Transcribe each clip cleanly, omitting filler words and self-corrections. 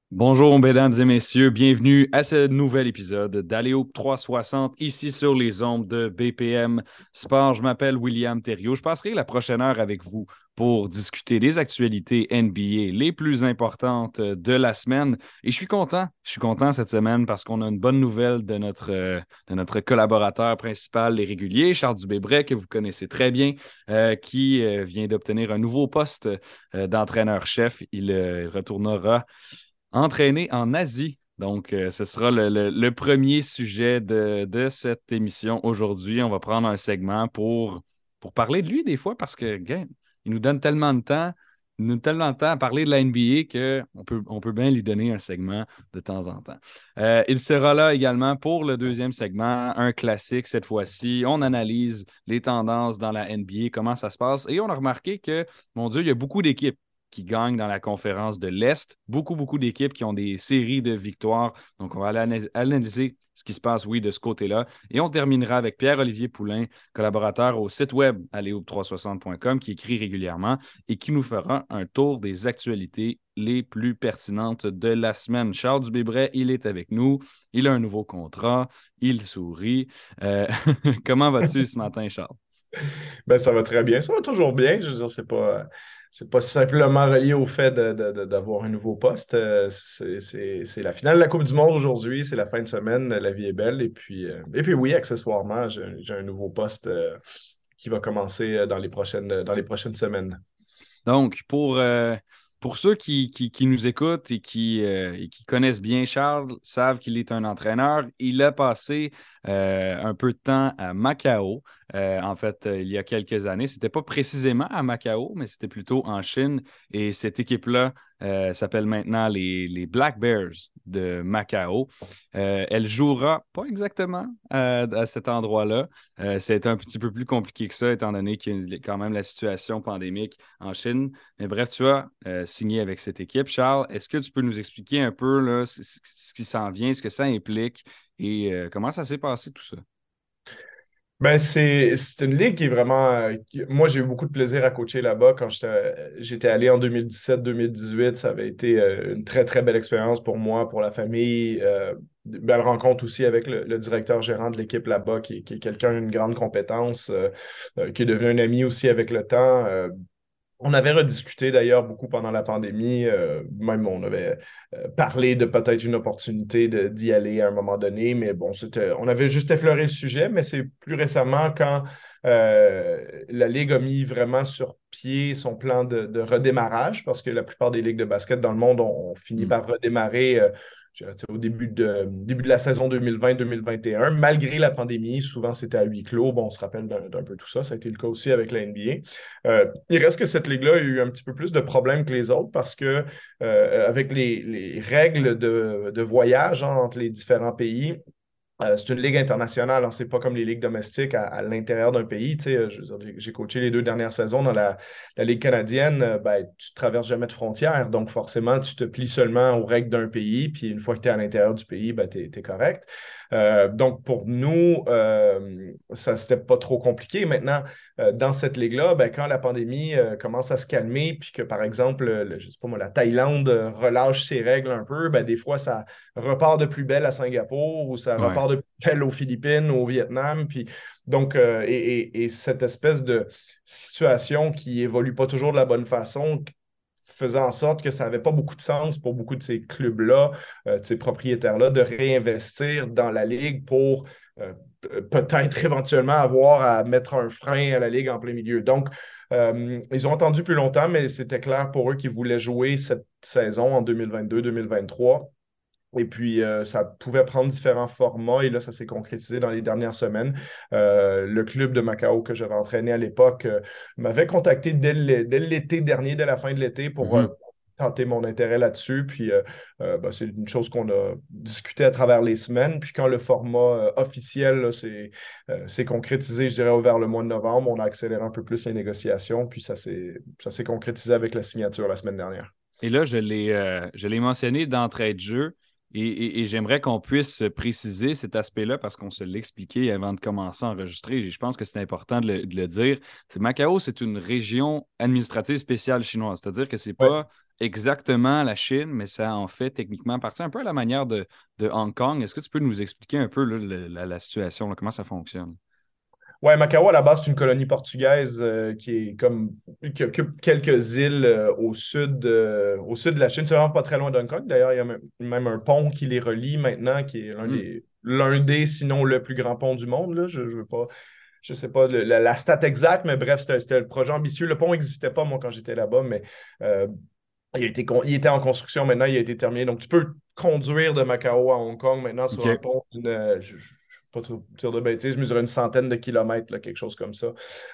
Bonjour, mesdames et messieurs, bienvenue à ce nouvel épisode d'Aléo 360, ici sur les ondes de BPM Sport. Je m'appelle William Thériault. Je passerai la prochaine heure avec vous pour discuter des actualités NBA les plus importantes de la semaine. Et je suis content cette semaine parce qu'on a une bonne nouvelle de notre collaborateur principal et régulier, Charles Dubébret, que vous connaissez très bien, qui vient d'obtenir un nouveau poste d'entraîneur-chef. Il retournera entraîner en Asie. Donc, ce sera le premier sujet de cette émission aujourd'hui. On va prendre un segment pour parler de lui des fois parce que, gars, il nous donne tellement de temps, il nous donne tellement de temps à parler de la NBA qu'on peut bien lui donner un segment de temps en temps. Il sera là également pour le deuxième segment, un classique cette fois-ci. On analyse les tendances dans la NBA, comment ça se passe. Et on a remarqué que, mon Dieu, il y a beaucoup d'équipes qui gagnent dans la conférence de l'Est. Beaucoup, beaucoup d'équipes qui ont des séries de victoires. Donc, on va aller analyser ce qui se passe, oui, de ce côté-là. Et on terminera avec Pierre-Olivier Poulain, collaborateur au site web aléo360.com, qui écrit régulièrement et qui nous fera un tour des actualités les plus pertinentes de la semaine. Charles Dubébret, il est avec nous. Il a un nouveau contrat. Il sourit. Comment vas-tu ce matin, Charles? Ben, ça va très bien. Ça va toujours bien. Je veux dire, c'est pas simplement relié au fait d'avoir un nouveau poste. C'est la finale de la Coupe du Monde aujourd'hui. C'est la fin de semaine. La vie est belle. Et puis oui, accessoirement, j'ai un nouveau poste qui va commencer dans les prochaines semaines. Donc, pour ceux qui nous écoutent et qui connaissent bien Charles, savent qu'il est un entraîneur. Il a passé un peu de temps à Macao. En fait, il y a quelques années. C'était pas précisément à Macao, mais c'était plutôt en Chine. Et cette équipe-là s'appelle maintenant les Black Bears de Macao. Elle jouera pas exactement à cet endroit-là. C'est un petit peu plus compliqué que ça, étant donné qu'il y a quand même la situation pandémique en Chine. Mais bref, tu as signé avec cette équipe. Charles, est-ce que tu peux nous expliquer un peu là, ce qui s'en vient, ce que ça implique et comment ça s'est passé tout ça? Ben, c'est une ligue qui est vraiment. Moi, j'ai eu beaucoup de plaisir à coacher là-bas quand j'étais allé en 2017-2018. Ça avait été une très, très belle expérience pour moi, pour la famille. Une belle rencontre aussi avec le directeur gérant de l'équipe là-bas, qui est quelqu'un d'une grande compétence, qui est devenu un ami aussi avec le temps. On avait rediscuté d'ailleurs beaucoup pendant la pandémie. Même on avait parlé de peut-être une opportunité d'y aller à un moment donné, mais bon, on avait juste effleuré le sujet, mais c'est plus récemment quand la Ligue a mis vraiment sur pied son plan de redémarrage, parce que la plupart des ligues de basket dans le monde ont fini Hmm. par redémarrer. Je dirais, au début de la saison 2020-2021, malgré la pandémie. Souvent c'était à huis clos. Bon, on se rappelle d'un peu tout ça. Ça a été le cas aussi avec la NBA. Il reste que cette ligue-là a eu un petit peu plus de problèmes que les autres parce que avec les règles de voyage, hein, entre les différents pays, c'est une ligue internationale, hein, c'est pas comme les ligues domestiques à l'intérieur d'un pays. Tu sais, je veux dire, j'ai coaché les 2 dernières saisons dans la Ligue canadienne. Ben, tu ne traverses jamais de frontières. Donc, forcément, tu te plies seulement aux règles d'un pays. Puis, une fois que tu es à l'intérieur du pays, ben, tu es correct. Donc, pour nous, ça, c'était pas trop compliqué. Maintenant, dans cette ligue-là, ben, quand la pandémie commence à se calmer, puis que, par exemple, je sais pas moi, la Thaïlande relâche ses règles un peu, ben, des fois, ça repart de plus belle à Singapour ou ça Ouais. repart de plus belle aux Philippines ou au Vietnam. Puis, donc, et cette espèce de situation qui évolue pas toujours de la bonne façon faisait en sorte que ça n'avait pas beaucoup de sens pour beaucoup de ces clubs-là, de ces propriétaires-là, de réinvestir dans la Ligue pour peut-être éventuellement avoir à mettre un frein à la Ligue en plein milieu. Donc, ils ont attendu plus longtemps, mais c'était clair pour eux qu'ils voulaient jouer cette saison en 2022-2023. Et puis, ça pouvait prendre différents formats et là, ça s'est concrétisé dans les dernières semaines. Le club de Macao que j'avais entraîné à l'époque m'avait contacté dès l'été dernier, dès la fin de l'été, pour Mhm. tenter mon intérêt là-dessus. Puis, ben, c'est une chose qu'on a discuté à travers les semaines. Puis, quand le format officiel là, s'est concrétisé, je dirais, vers le mois de novembre, on a accéléré un peu plus les négociations. Puis, ça s'est concrétisé avec la signature la semaine dernière. Et là, je l'ai mentionné d'entrée de jeu et j'aimerais qu'on puisse préciser cet aspect-là parce qu'on se l'expliquait avant de commencer à enregistrer. Et je pense que c'est important de le dire. Macao, c'est une région administrative spéciale chinoise, c'est-à-dire que c'est Ouais. pas exactement la Chine, mais ça en fait techniquement partie un peu à la manière de Hong Kong. Est-ce que tu peux nous expliquer un peu là, la situation, là, comment ça fonctionne? Ouais, Macao, à la base, c'est une colonie portugaise qui est comme qui occupe quelques îles au sud de la Chine. C'est vraiment pas très loin d'Hong Kong. D'ailleurs, il y a même un pont qui les relie maintenant, qui est Hmm. l'un des, sinon le plus grand pont du monde. Là. Je veux pas, je sais pas la stat exacte, mais bref, c'était le projet ambitieux. Le pont n'existait pas, moi, quand j'étais là-bas, mais euh, il était en construction maintenant, il a été terminé. Donc, tu peux conduire de Macao à Hong Kong maintenant sur un OK. pont je ne suis pas trop sûr de bêtises, je mesure une centaine de kilomètres, là, quelque chose comme ça.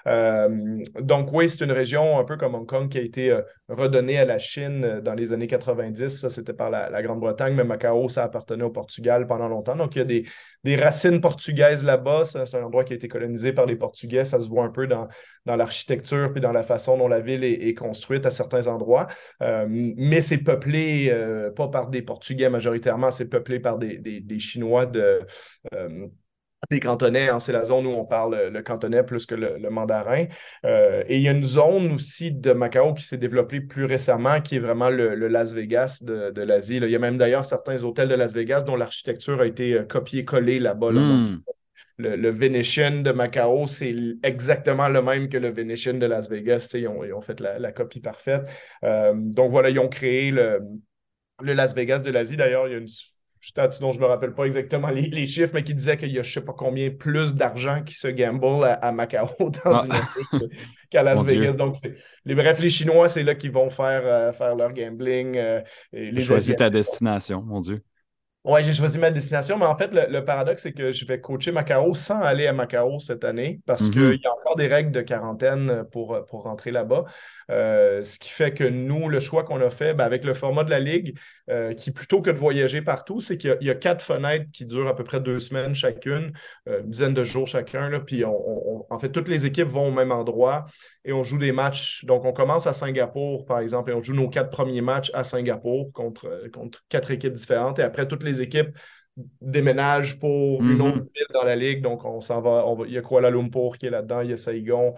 Donc, oui, c'est une région un peu comme Hong Kong qui a été redonnée à la Chine dans les années 90. Ça, c'était par la Grande-Bretagne, mais Macao, ça appartenait au Portugal pendant longtemps. Donc, il y a des racines portugaises là-bas. C'est un endroit qui a été colonisé par les Portugais. Ça se voit un peu dans l'architecture puis dans la façon dont la ville est construite à certains endroits. Mais c'est peuplé, pas par des Portugais majoritairement, c'est peuplé par des Chinois euh, des cantonais, hein, c'est la zone où on parle le cantonais plus que le mandarin. Et il y a une zone aussi de Macao qui s'est développée plus récemment, qui est vraiment le Las Vegas de l'Asie. Là. Il y a même d'ailleurs certains hôtels de Las Vegas dont l'architecture a été copiée-collée là-bas. Là. Donc, Hmm. le Venetian de Macao, c'est exactement le même que le Venetian de Las Vegas. Ils ont fait la copie parfaite. Donc voilà, ils ont créé le Las Vegas de l'Asie. D'ailleurs, il y a une statue dont je ne me rappelle pas exactement les chiffres, mais qui disait qu'il y a je ne sais pas combien plus d'argent qui se gamble à Macao dans Ah, une année qu'à Las mon Vegas. Dieu. Donc, bref, les Chinois, c'est là qu'ils vont faire leur gambling. Et J'ai les choisi ta Asiatiques. destination, mon Dieu. Ouais, j'ai choisi ma destination, mais en fait, le paradoxe, c'est que je vais coacher Macao sans aller à Macao cette année parce qu'il Mhm. y a encore des règles de quarantaine pour rentrer là-bas. Ce qui fait que nous, le choix qu'on a fait ben, avec le format de la Ligue, qui plutôt que de voyager partout, c'est qu'il y a 4 fenêtres qui durent à peu près 2 semaines chacune, une dizaine de jours chacun. Là, puis en fait, toutes les équipes vont au même endroit et on joue des matchs. Donc, on commence à Singapour, par exemple, et on joue nos 4 premiers matchs à Singapour contre 4 équipes différentes. Et après, toutes les équipes déménagent pour une autre Mhm. ville dans la ligue. Donc, on s'en va. Il y a Kuala Lumpur qui est là-dedans, il y a Saigon,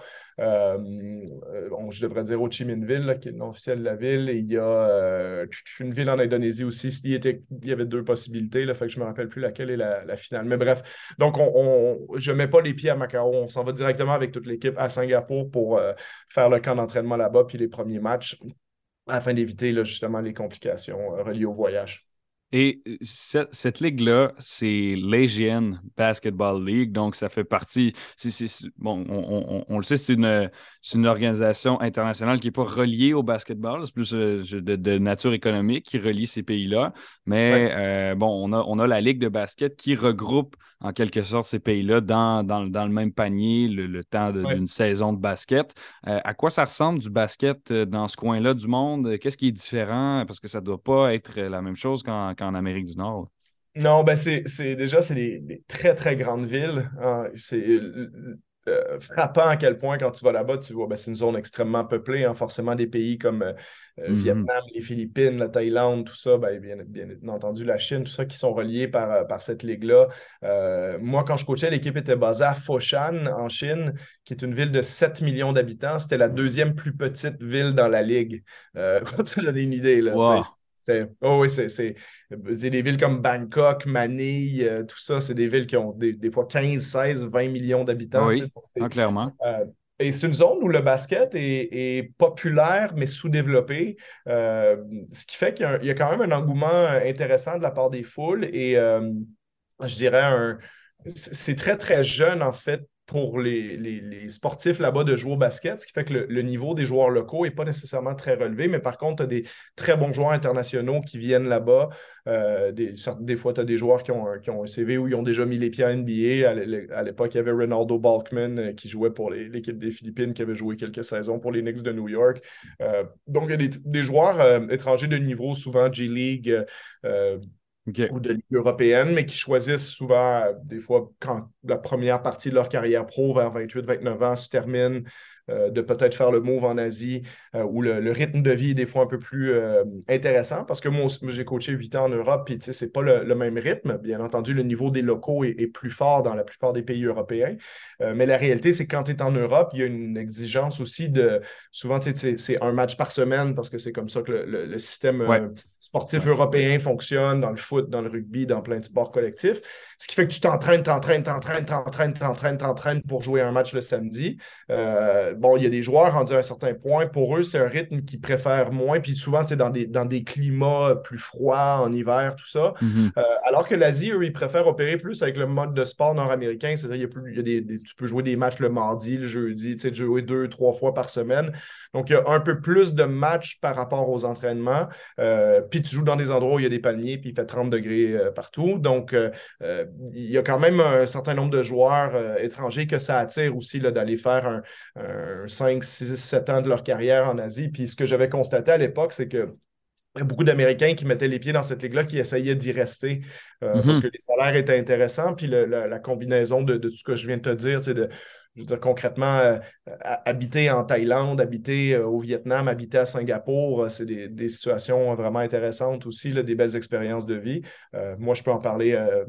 je devrais dire Ho Chi Minh Ville, là, qui est le nom officiel de la ville. Et il y a une ville en Indonésie aussi. Il y avait 2 possibilités, là, fait que je ne me rappelle plus laquelle est la finale. Mais bref, donc je ne mets pas les pieds à Macao. On s'en va directement avec toute l'équipe à Singapour pour faire le camp d'entraînement là-bas, puis les premiers matchs, afin d'éviter là, justement les complications reliées au voyage. Et cette ligue-là, c'est l'Asian Basketball League, donc ça fait partie, bon, on le sait, c'est une organisation internationale qui n'est pas reliée au basketball, c'est plus de nature économique qui relie ces pays-là, Ouais. mais bon, on a la Ligue de basket qui regroupe en quelque sorte ces pays-là dans le même panier le temps Ouais. d'une saison de basket. À quoi ça ressemble du basket dans ce coin-là du monde? Qu'est-ce qui est différent? Parce que ça ne doit pas être la même chose qu'en Amérique du Nord. Non, ben c'est des très, très grandes villes, hein. C'est frappant à quel point quand tu vas là-bas, tu vois, ben, c'est une zone extrêmement peuplée, hein. Forcément, des pays comme Mhm. Vietnam, les Philippines, la Thaïlande, tout ça, ben, bien entendu la Chine, tout ça qui sont reliés par cette ligue-là. Moi, quand je coachais, l'équipe était basée à Foshan, en Chine, qui est une ville de 7 millions d'habitants. C'était la deuxième plus petite ville dans la ligue. Pour te donner une idée, là, tu sais. Wow. Oh oui, c'est des villes comme Bangkok, Manille, tout ça, c'est des villes qui ont des fois 15, 16, 20 millions Ah d'habitants. Tu sais. oui, ah, clairement. Euh, et c'est une zone où le basket est populaire, mais sous-développé, euh, ce qui fait qu'il y a quand même un engouement intéressant de la part des foules et je dirais c'est très, très jeune, en fait, pour les sportifs là-bas de jouer au basket, ce qui fait que le niveau des joueurs locaux n'est pas nécessairement très relevé, mais par contre, tu as des très bons joueurs internationaux qui viennent là-bas. Des fois, tu as des joueurs qui ont un CV où ils ont déjà mis les pieds à NBA. À l'époque, il y avait Ronaldo Balkman qui jouait pour l'équipe des Philippines, qui avait joué quelques saisons pour les Knicks de New York. Donc, il y a des joueurs étrangers de niveau, souvent G-League, euh, OK. ou de Ligue européenne, mais qui choisissent souvent, des fois, quand la première partie de leur carrière pro, vers 28-29 ans, se termine, de peut-être faire le move en Asie, où le rythme de vie est des fois un peu plus intéressant, parce que moi, j'ai coaché 8 ans en Europe, puis c'est pas le même rythme. Bien entendu, le niveau des locaux est plus fort dans la plupart des pays européens. Mais la réalité, c'est que quand tu es en Europe, il y a une exigence aussi de. Souvent, c'est un match par semaine parce que c'est comme ça que le système Ouais, sportif ouais. européen fonctionne dans le foot, dans le rugby, dans plein de sports collectifs. Ce qui fait que tu t'entraînes pour jouer un match le samedi. Bon, il y a des joueurs rendus à un certain point. Pour eux, c'est un rythme qu'ils préfèrent moins. Puis souvent, dans des climats plus froids en hiver, tout ça. Mhm. Alors que l'Asie, eux, ils préfèrent opérer plus avec le mode de sport nord-américain. C'est-à-dire, tu peux jouer des matchs le mardi, le jeudi, jouer 2, 3 fois par semaine. Donc, il y a un peu plus de matchs par rapport aux entraînements. Puis tu joues dans des endroits où il y a des palmiers, puis il fait 30 degrés partout. Donc, il y a quand même un certain nombre de joueurs étrangers que ça attire aussi là, d'aller faire un 5, 6, 7 ans de leur carrière en Asie. Puis ce que j'avais constaté à l'époque, c'est que il y a beaucoup d'Américains qui mettaient les pieds dans cette ligue-là, qui essayaient d'y rester parce que Mhm. les salaires étaient intéressants. Puis la combinaison de tout ce que je viens de te dire, c'est je veux dire, concrètement, habiter en Thaïlande, habiter au Vietnam, habiter à Singapour, c'est des situations vraiment intéressantes aussi, là, des belles expériences de vie. Moi, je peux en parler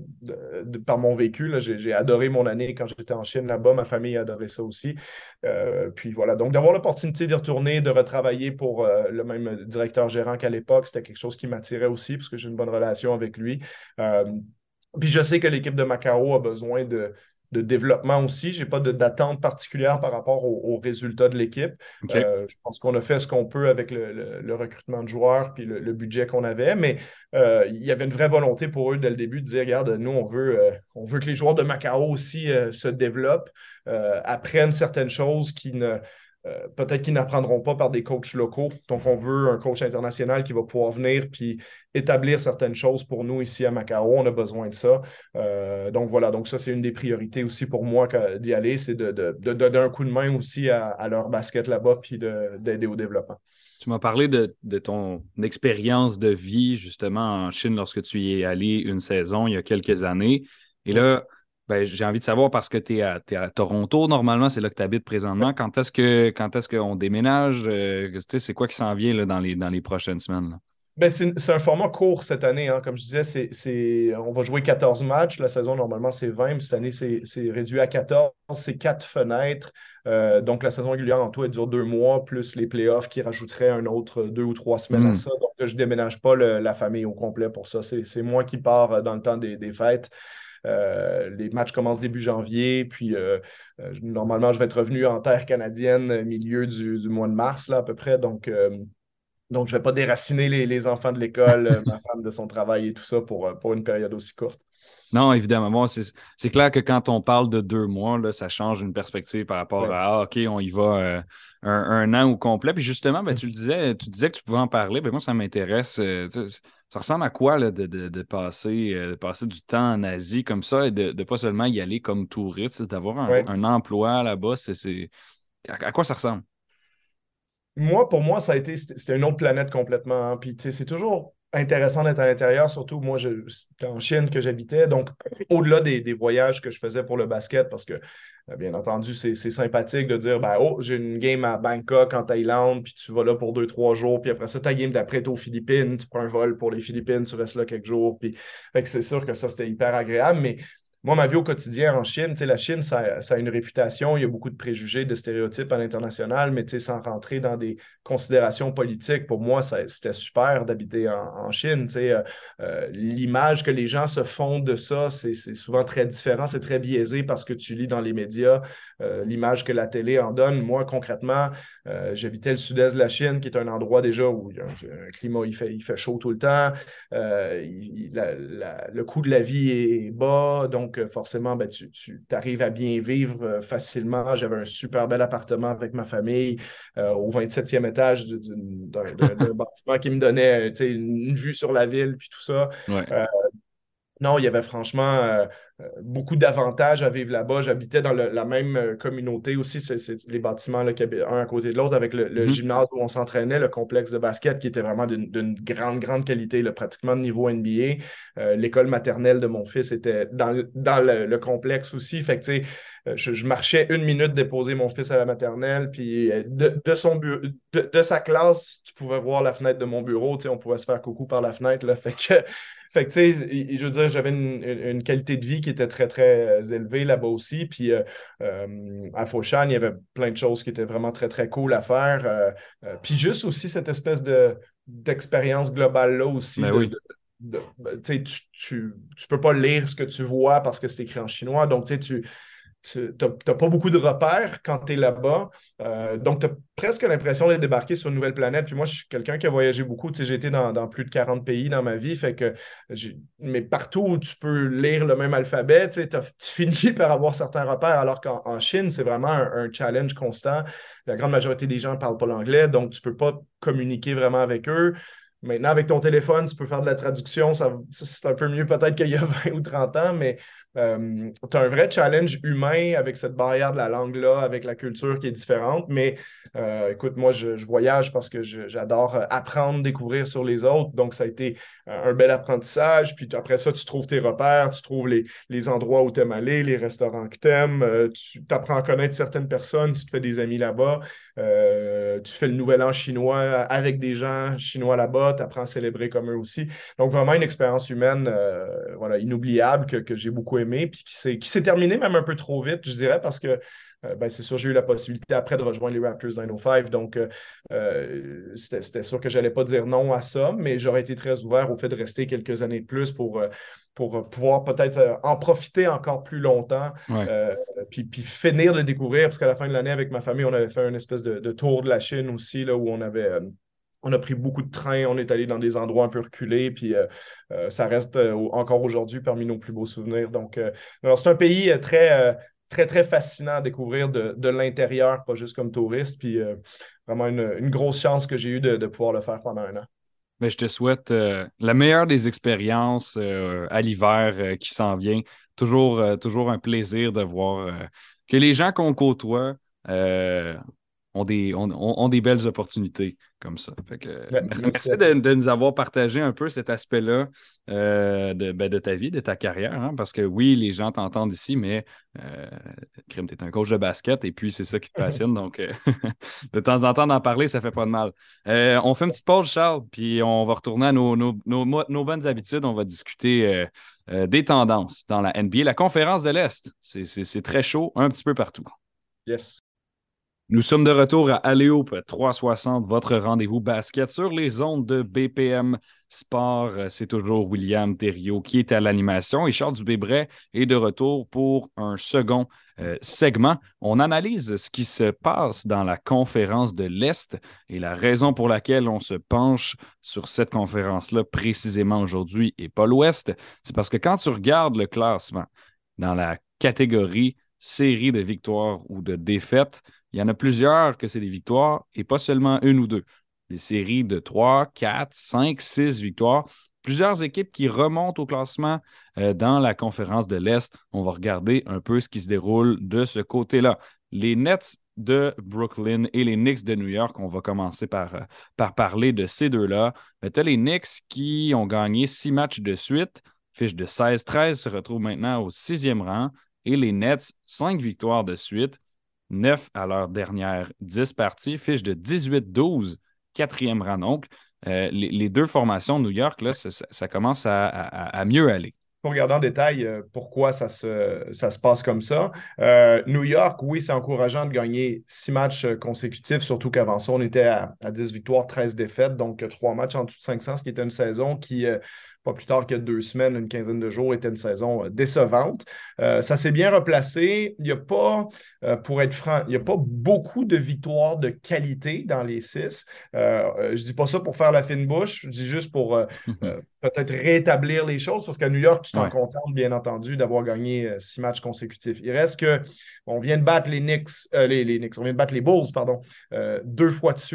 par mon vécu. Là. J'ai adoré mon année quand j'étais en Chine là-bas. Ma famille a adoré ça aussi. Puis voilà, donc d'avoir l'opportunité d'y retourner, de retravailler pour le même directeur gérant qu'à l'époque, c'était quelque chose qui m'attirait aussi parce que j'ai une bonne relation avec lui. Euh, Puis je sais que l'équipe de Macao a besoin de développement aussi. Je n'ai pas d'attente particulière par rapport aux résultats de l'équipe. OK. Je pense qu'on a fait ce qu'on peut avec le recrutement de joueurs puis le budget qu'on avait, mais il y avait une vraie volonté pour eux dès le début de dire, regarde, nous, on veut que les joueurs de Macao aussi se développent, apprennent certaines choses peut-être qu'ils n'apprendront pas par des coachs locaux. Donc, on veut un coach international qui va pouvoir venir puis établir certaines choses pour nous ici à Macao. On a besoin de ça. Donc, voilà. Donc, ça, c'est une des priorités aussi pour moi d'y aller, c'est de donner un coup de main aussi à leur basket là-bas puis d'aider au développement. Tu m'as parlé de ton expérience de vie justement en Chine lorsque tu y es allé une saison il y a quelques années. Et Oui. là, ben, j'ai envie de savoir parce que t'es à Toronto normalement, c'est là que tu habites présentement. Quand est-ce qu'on déménage? Tu sais, c'est quoi qui s'en vient là, dans les prochaines semaines, là? Ben, c'est un format court cette année. Hein. Comme je disais, on va jouer 14 matchs. La saison, normalement, c'est 20, mais cette année, c'est réduit à 14. C'est 4 fenêtres. Donc, la saison régulière en tout, elle dure 2 mois, plus les playoffs qui rajouteraient un autre 2 ou 3 semaines à Hmm. ça. Donc, je ne déménage pas la famille au complet pour ça. C'est moi qui pars dans le temps des fêtes. Les matchs commencent début janvier, puis normalement, je vais être revenu en terre canadienne milieu du mois de mars, là, à peu près. Donc, je ne vais pas déraciner les enfants de l'école, ma femme de son travail et tout ça pour une période aussi courte. Non, évidemment. Bon, c'est clair que quand on parle de 2 mois, là, ça change une perspective par rapport Ouais. à OK, on y va un an au complet. Puis justement, ben, tu disais que tu pouvais en parler. Ben, moi, ça m'intéresse. Tu sais, ça ressemble à quoi là, de passer du temps en Asie comme ça et de pas seulement y aller comme touriste, d'avoir Ouais. un emploi là-bas, à quoi ça ressemble? Pour moi, c'était une autre planète complètement. Hein. Puis, tu sais, c'est toujours intéressant d'être à l'intérieur, surtout moi, c'était en Chine que j'habitais. Donc, au-delà des voyages que je faisais pour le basket, parce que, bien entendu, c'est sympathique de dire, ben, oh, j'ai une game à Bangkok, en Thaïlande, puis tu vas là pour 2, 3 jours, puis après ça, ta game d'après, t'es aux Philippines, tu prends un vol pour les Philippines, tu restes là quelques jours. Puis, fait que c'est sûr que ça, c'était hyper agréable, mais moi, ma vie au quotidien en Chine, tu sais, la Chine, ça a une réputation, il y a beaucoup de préjugés, de stéréotypes à l'international, mais tu sais, sans rentrer dans des considérations politiques, pour moi, c'était super d'habiter en Chine. Tu sais, l'image que les gens se font de ça, c'est souvent très différent, c'est très biaisé parce que tu lis dans les médias l'image que la télé en donne. Moi, concrètement, j'habitais le sud-est de la Chine, qui est un endroit déjà où il y a un climat, il fait chaud tout le temps. Le coût de la vie est bas, donc forcément, ben, tu arrives à bien vivre facilement. J'avais un super bel appartement avec ma famille au 27e étage d'un bâtiment qui me donnait tu sais, une vue sur la ville, puis tout ça. Ouais. Euh, Non, il y avait franchement beaucoup d'avantages à vivre là-bas. J'habitais dans la même communauté aussi. C'est les bâtiments là, qui habitent un à côté de l'autre avec le Mhm. gymnase où on s'entraînait, le complexe de basket qui était vraiment d'une grande, grande qualité, là, pratiquement de niveau NBA. L'école maternelle de mon fils était dans le complexe aussi. Fait que, tu sais, je marchais une minute déposer mon fils à la maternelle, puis de son de sa classe, tu pouvais voir la fenêtre de mon bureau. Tu sais, on pouvait se faire coucou par la fenêtre. Là, fait que, tu sais, je veux dire, j'avais une qualité de vie qui était très, très élevée là-bas aussi. Puis à Foshan, il y avait plein de choses qui étaient vraiment très, très cool à faire. Puis juste aussi cette espèce d'expérience globale-là aussi Ben oui. tu sais, tu peux pas lire ce que tu vois parce que c'est écrit en chinois. Donc, tu sais, tu n'as pas beaucoup de repères quand tu es là-bas. Donc, tu as presque l'impression d'être débarqué sur une nouvelle planète. Puis moi, je suis quelqu'un qui a voyagé beaucoup. Tu sais, j'ai été dans plus de 40 pays dans ma vie. Fait que mais partout où tu peux lire le même alphabet, tu sais, tu finis par avoir certains repères, alors qu'en Chine, c'est vraiment un challenge constant. La grande majorité des gens ne parlent pas l'anglais, donc tu ne peux pas communiquer vraiment avec eux. Maintenant, avec ton téléphone, tu peux faire de la traduction. C'est un peu mieux peut-être qu'il y a 20 ou 30 ans, mais tu as un vrai challenge humain avec cette barrière de la langue-là, avec la culture qui est différente. Mais écoute, moi, je voyage parce que j'adore apprendre, découvrir sur les autres. Donc, ça a été un bel apprentissage. Puis après ça, tu trouves tes repères, tu trouves les endroits où tu aimes aller, les restaurants que tu aimes. Tu apprends à connaître certaines personnes, tu te fais des amis là-bas. Tu fais le nouvel an chinois avec des gens chinois là-bas, tu apprends à célébrer comme eux aussi. Donc, vraiment une expérience humaine voilà, inoubliable que j'ai beaucoup aimé, puis qui s'est terminée même un peu trop vite, je dirais, parce que ben, c'est sûr, j'ai eu la possibilité après de rejoindre les Raptors 905. Donc, c'était sûr que je n'allais pas dire non à ça, mais j'aurais été très ouvert au fait de rester quelques années de plus pour pouvoir peut-être en profiter encore plus longtemps, Ouais. puis finir de le découvrir, parce qu'à la fin de l'année, avec ma famille, on avait fait une espèce de tour de la Chine aussi, là, où on a pris beaucoup de trains, on est allé dans des endroits un peu reculés, puis ça reste encore aujourd'hui parmi nos plus beaux souvenirs. Donc, alors, c'est un pays très, très fascinant à découvrir de l'intérieur, pas juste comme touriste, puis vraiment une grosse chance que j'ai eue de pouvoir le faire pendant un an. Ben, je te souhaite la meilleure des expériences à l'hiver qui s'en vient. Toujours un plaisir de voir que les gens qu'on côtoie ont des belles opportunités comme ça. Fait que, Ouais, merci merci à toi. de nous avoir partagé un peu cet aspect-là de ta vie, de ta carrière, hein, parce que oui, les gens t'entendent ici, mais euh, Crime, tu es un coach de basket et puis c'est ça qui te passionne. Donc, de temps en temps, d'en parler, ça fait pas de mal. On fait une petite pause, Charles, puis on va retourner à nos bonnes habitudes. On va discuter des tendances dans la NBA. La conférence de l'Est, c'est très chaud un petit peu partout. Yes. Nous sommes de retour à Alléoop 360, votre rendez-vous basket sur les ondes de BPM Sport. C'est toujours William Thériault qui est à l'animation et Charles Dubébret est de retour pour un second segment. On analyse ce qui se passe dans la conférence de l'Est et la raison pour laquelle on se penche sur cette conférence-là précisément aujourd'hui et pas l'Ouest, c'est parce que quand tu regardes le classement dans la catégorie série de victoires ou de défaites, il y en a plusieurs que c'est des victoires et pas seulement une ou deux. Des séries de 3, 4, 5, 6 victoires. Plusieurs équipes qui remontent au classement dans la conférence de l'Est. On va regarder un peu ce qui se déroule de ce côté-là. Les Nets de Brooklyn et les Knicks de New York, on va commencer par parler de ces deux-là. Tu as les Knicks qui ont gagné 6 matchs de suite, fiche de 16-13, se retrouvent maintenant au 6e rang. Et les Nets, 5 victoires de suite, 9 à leur dernière 10 parties, fiche de 18-12, 4e rang donc. Les deux formations de New York, là, ça commence à mieux aller. Pour regarder en détail pourquoi ça se passe comme ça. New York, oui, c'est encourageant de gagner 6 matchs consécutifs, surtout qu'avant ça, on était à 10 victoires, 13 défaites, donc 3 matchs en dessous de 500, ce qui était une saison qui, pas plus tard que 2 semaines, une quinzaine de jours, était une saison décevante. Ça s'est bien replacé. Il n'y a pas, pour être franc, il n'y a pas beaucoup de victoires de qualité dans les 6. Je ne dis pas ça pour faire la fine bouche, je dis juste pour peut-être rétablir les choses, parce qu'à New York, tu t'en Ouais. contentes, bien entendu, d'avoir gagné 6 matchs consécutifs. Il reste que on vient de battre les Knicks, les Knicks, on vient de battre les Bulls, pardon, 2 fois de suite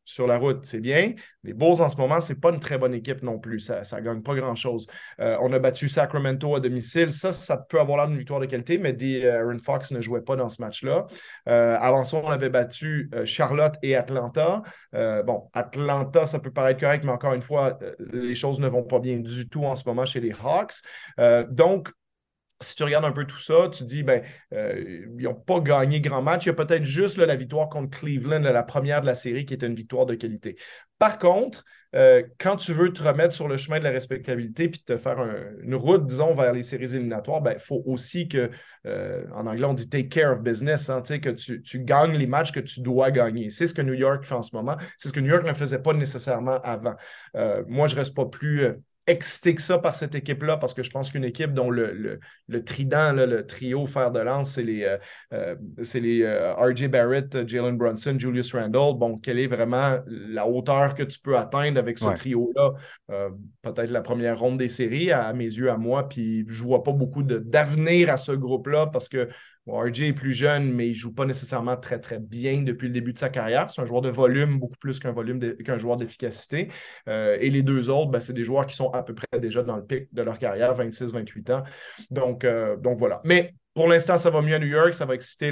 sur la route, c'est bien. Les Bulls, en ce moment, c'est pas une très bonne équipe non plus. Ça ne gagne pas grand-chose. On a battu Sacramento à domicile. Ça peut avoir l'air d'une victoire de qualité, mais Aaron Fox ne jouait pas dans ce match-là. Avant ça, on avait battu Charlotte et Atlanta. Bon, Atlanta, ça peut paraître correct, mais encore une fois, les choses ne vont pas bien du tout en ce moment chez les Hawks. Donc, si tu regardes un peu tout ça, tu dis, ben, ils n'ont pas gagné grand match. Il y a peut-être juste là, la victoire contre Cleveland, la première de la série, qui était une victoire de qualité. Par contre, quand tu veux te remettre sur le chemin de la respectabilité puis te faire une route, disons, vers les séries éliminatoires, ben, il faut aussi que, en anglais, on dit take care of business, hein, que tu gagnes les matchs que tu dois gagner. C'est ce que New York fait en ce moment. C'est ce que New York ne faisait pas nécessairement avant. Moi, je ne reste pas plus excité que ça par cette équipe-là parce que je pense qu'une équipe dont le trident, là, le trio fer de lance, c'est les R.J. Barrett, Jalen Brunson, Julius Randle. Bon, quelle est vraiment la hauteur que tu peux atteindre avec ce trio-là? Peut-être la première ronde des séries, à mes yeux, à moi, puis je ne vois pas beaucoup d'avenir à ce groupe-là parce que bon, RJ est plus jeune, mais il ne joue pas nécessairement très, très bien depuis le début de sa carrière. C'est un joueur de volume, beaucoup plus qu'un joueur d'efficacité. Et les deux autres, ben, c'est des joueurs qui sont à peu près déjà dans le pic de leur carrière, 26-28 ans. Donc voilà. Mais pour l'instant, ça va mieux à New York. Ça va exciter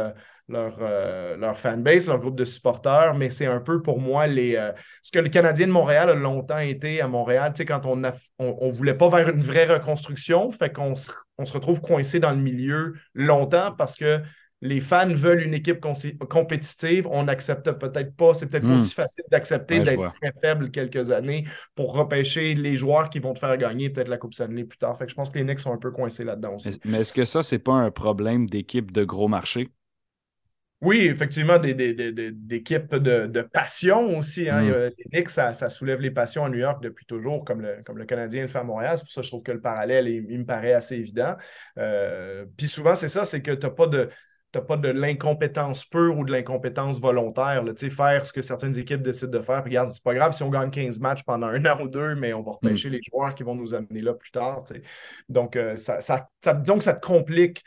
leur fanbase, leur groupe de supporters, mais c'est un peu pour moi ce que le Canadien de Montréal a longtemps été à Montréal, tu sais, quand on ne voulait pas vers une vraie reconstruction, fait qu'on se retrouve coincé dans le milieu longtemps parce que les fans veulent une équipe compétitive, on n'accepte peut-être pas, c'est peut-être pas aussi facile d'accepter d'être très faible quelques années pour repêcher les joueurs qui vont te faire gagner peut-être la Coupe Stanley plus tard. Fait que je pense que les Knicks sont un peu coincés là-dedans aussi. Mais est-ce que ça, c'est pas un problème d'équipe de gros marché? Oui, effectivement, d'équipes de passion aussi. Hein. Les Knicks, ça soulève les passions à New York depuis toujours, comme le Canadien le fait à Montréal. C'est pour ça que je trouve que le parallèle, il me paraît assez évident. Puis souvent, c'est ça, c'est que tu n'as pas de l'incompétence pure ou de l'incompétence volontaire. Là. Faire ce que certaines équipes décident de faire. Regarde, c'est pas grave si on gagne 15 matchs pendant un an ou deux, mais on va repêcher les joueurs qui vont nous amener là plus tard. Donc, disons que ça te complique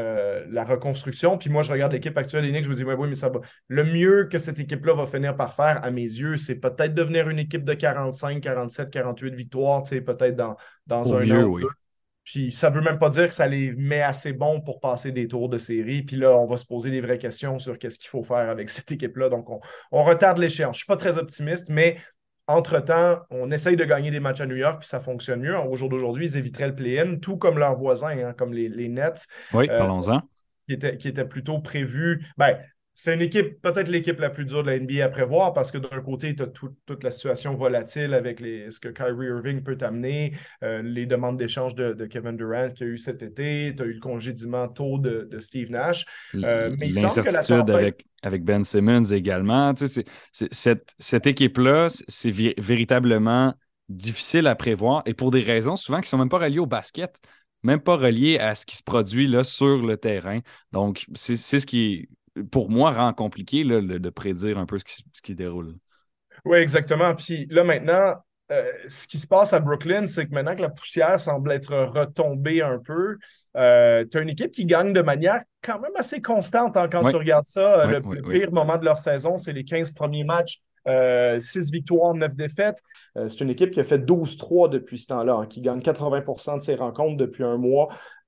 la reconstruction. Puis moi, je regarde l'équipe actuelle des Knicks, je me dis, oui, mais ça va. Le mieux que cette équipe-là va finir par faire, à mes yeux, c'est peut-être devenir une équipe de 45, 47, 48 victoires, peut-être dans un an ou deux. Puis ça ne veut même pas dire que ça les met assez bons pour passer des tours de série. Puis là, on va se poser des vraies questions sur qu'est-ce qu'il faut faire avec cette équipe-là. Donc, on retarde l'échéance. Je ne suis pas très optimiste, mais entre-temps, on essaye de gagner des matchs à New York, puis ça fonctionne mieux. Au jour d'aujourd'hui, ils éviteraient le play-in, tout comme leurs voisins, hein, comme les Nets. Oui, parlons-en. Qui était plutôt prévu. Ben, c'est une équipe, peut-être l'équipe la plus dure de la NBA à prévoir parce que d'un côté, tu as toute la situation volatile avec ce que Kyrie Irving peut t'amener, les demandes d'échange de Kevin Durant qu'il y a eu cet été, tu as eu le congédiement tôt de Steve Nash. Mais il semble que la tempête... avec Ben Simmons également. Tu sais, cette équipe-là, c'est véritablement difficile à prévoir et pour des raisons souvent qui ne sont même pas reliées au basket, même pas reliées à ce qui se produit là, sur le terrain. Donc, c'est ce qui, pour moi, rend compliqué là, de prédire un peu ce qui déroule. Oui, exactement. Puis là, maintenant, ce qui se passe à Brooklyn, c'est que maintenant que la poussière semble être retombée un peu, tu as une équipe qui gagne de manière quand même assez constante hein, quand tu regardes ça. Le pire moment de leur saison, c'est les 15 premiers matchs. 6 victoires, 9 défaites. C'est une équipe qui a fait 12-3 depuis ce temps-là, hein, qui gagne 80% de ses rencontres depuis un mois.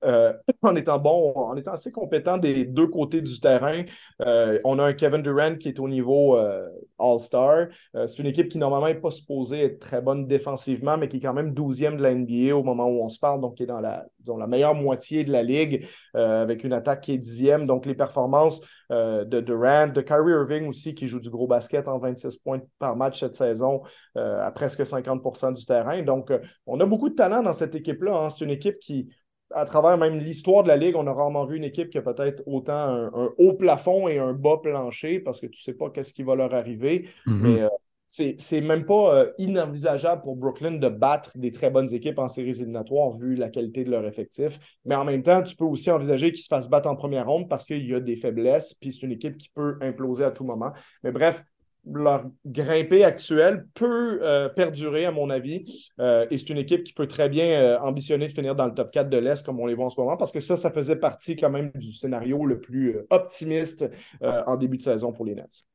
En étant assez compétent des deux côtés du terrain. On a un Kevin Durant qui est au niveau All-Star. C'est une équipe qui normalement n'est pas supposée être très bonne défensivement, mais qui est quand même 12e de la NBA au moment où on se parle, donc qui est dans la meilleure moitié de la ligue, avec une attaque qui est 10e. Donc les performances de Durant, de Kyrie Irving aussi, qui joue du gros basket en 26 points par match cette saison, à presque 50% du terrain. Donc on a beaucoup de talent dans cette équipe-là. Hein. C'est une équipe qui, à travers même l'histoire de la Ligue, on a rarement vu une équipe qui a peut-être autant un haut plafond et un bas plancher parce que tu ne sais pas qu'est-ce qui va leur arriver. Mais c'est même pas inenvisageable pour Brooklyn de battre des très bonnes équipes en séries éliminatoires vu la qualité de leur effectif. Mais en même temps, tu peux aussi envisager qu'ils se fassent battre en première ronde parce qu'il y a des faiblesses puis c'est une équipe qui peut imploser à tout moment. Mais bref, leur grimpée actuelle peut perdurer, à mon avis. Et c'est une équipe qui peut très bien ambitionner de finir dans le top 4 de l'Est, comme on les voit en ce moment, parce que ça faisait partie quand même du scénario le plus optimiste en début de saison pour les Nets.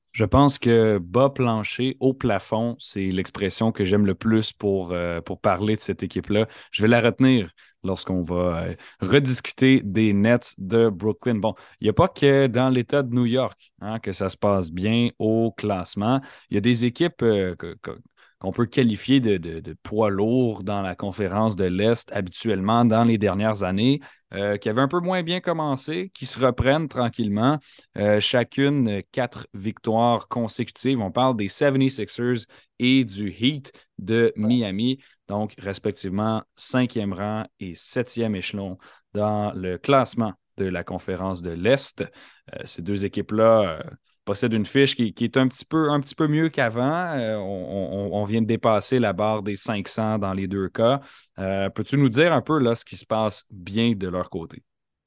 Je pense que bas plancher, haut plafond, c'est l'expression que j'aime le plus pour parler de cette équipe-là. Je vais la retenir lorsqu'on va rediscuter des Nets de Brooklyn. Bon, il n'y a pas que dans l'État de New York hein, que ça se passe bien au classement. Il y a des équipes qu'on peut qualifier de poids lourds dans la conférence de l'Est habituellement dans les dernières années, qui avaient un peu moins bien commencé, qui se reprennent tranquillement. Chacune 4 victoires consécutives. On parle des 76ers et du Heat de Miami. Donc, respectivement, 5e rang et 7e échelon dans le classement de la conférence de l'Est. Ces deux équipes-là possèdent une fiche qui est un petit peu mieux qu'avant. On vient de dépasser la barre des 500 dans les deux cas. Peux-tu nous dire un peu là, ce qui se passe bien de leur côté?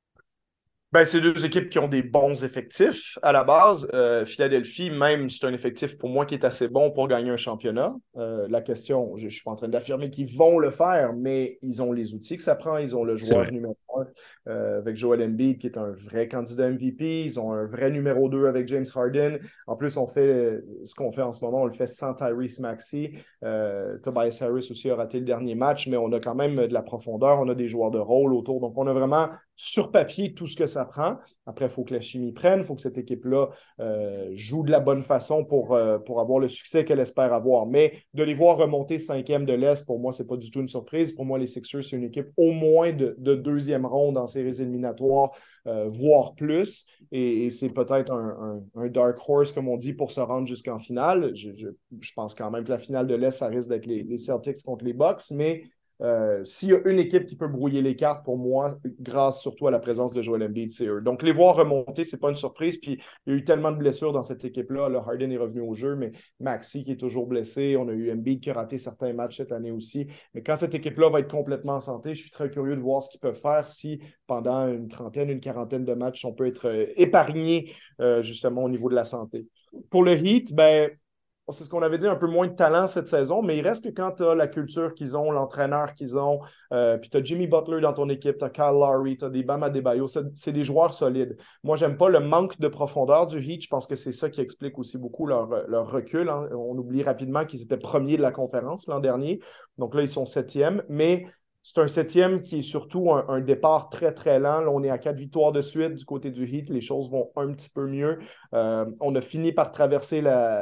Ben, c'est deux équipes qui ont des bons effectifs à la base. Philadelphie, même, c'est un effectif pour moi qui est assez bon pour gagner un championnat. La question, je ne suis pas en train d'affirmer qu'ils vont le faire, mais ils ont les outils que ça prend. Ils ont le C'est joueur vrai. numéro un avec Joel Embiid, qui est un vrai candidat MVP. Ils ont un vrai numéro 2 avec James Harden. En plus, on fait ce qu'on fait en ce moment, on le fait sans Tyrese Maxey. Tobias Harris aussi a raté le dernier match, mais on a quand même de la profondeur. On a des joueurs de rôle autour. Donc, on a vraiment sur papier tout ce que ça prend. Après, il faut que la chimie prenne, il faut que cette équipe-là joue de la bonne façon pour avoir le succès qu'elle espère avoir. Mais de les voir remonter 5e de l'Est, pour moi, ce n'est pas du tout une surprise. Pour moi, les Sixers, c'est une équipe au moins de deuxième ronde en séries éliminatoires, voire plus. Et c'est peut-être un dark horse, comme on dit, pour se rendre jusqu'en finale. Je pense quand même que la finale de l'Est, ça risque d'être les Celtics contre les Bucks, mais s'il y a une équipe qui peut brouiller les cartes pour moi, grâce surtout à la présence de Joel Embiid, c'est eux. Donc, les voir remonter, c'est pas une surprise. Puis, il y a eu tellement de blessures dans cette équipe-là. Le Harden est revenu au jeu, mais Maxey qui est toujours blessé. On a eu Embiid qui a raté certains matchs cette année aussi. Mais quand cette équipe-là va être complètement en santé, je suis très curieux de voir ce qu'ils peuvent faire si, pendant une trentaine, une quarantaine de matchs, on peut être épargné justement au niveau de la santé. Pour le Heat, ben, c'est ce qu'on avait dit, un peu moins de talent cette saison, mais il reste que quand tu as la culture qu'ils ont, l'entraîneur qu'ils ont, puis tu as Jimmy Butler dans ton équipe, tu as Kyle Lowry, tu as des Bam Adebayo, c'est des joueurs solides. Moi, j'aime pas le manque de profondeur du Heat. Je pense que c'est ça qui explique aussi beaucoup leur recul. Hein. On oublie rapidement qu'ils étaient premiers de la conférence l'an dernier. Donc là, ils sont 7e, mais c'est un 7e qui est surtout un départ très, très lent. Là, on est à 4 victoires de suite du côté du Heat. Les choses vont un petit peu mieux. On a fini par traverser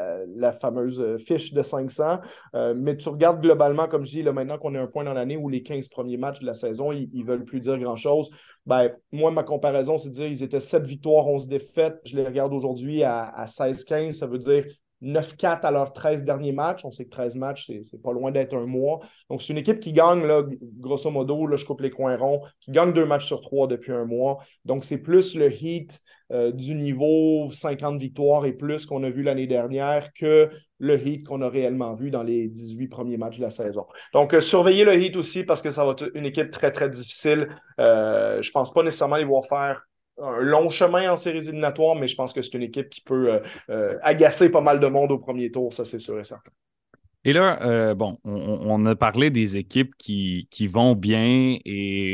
la fameuse fiche de 500. Mais tu regardes globalement, comme je dis, là, maintenant qu'on est un point dans l'année où les 15 premiers matchs de la saison, ils ne veulent plus dire grand-chose. Ben, moi, ma comparaison, c'est de dire qu'ils étaient 7 victoires, 11 défaites. Je les regarde aujourd'hui à 16-15. Ça veut dire 9-4 à leurs 13 derniers matchs. On sait que 13 matchs, c'est pas loin d'être un mois. Donc, c'est une équipe qui gagne, là, grosso modo, là, je coupe les coins ronds, qui gagne 2 matchs sur 3 depuis un mois. Donc, c'est plus le Heat du niveau 50 victoires et plus qu'on a vu l'année dernière que le Heat qu'on a réellement vu dans les 18 premiers matchs de la saison. Donc, surveillez le Heat aussi parce que ça va être une équipe très, très difficile. Je ne pense pas nécessairement les voir faire un long chemin en séries éliminatoires, mais je pense que c'est une équipe qui peut agacer pas mal de monde au premier tour, ça c'est sûr et certain. Et là, bon, on a parlé des équipes qui vont bien et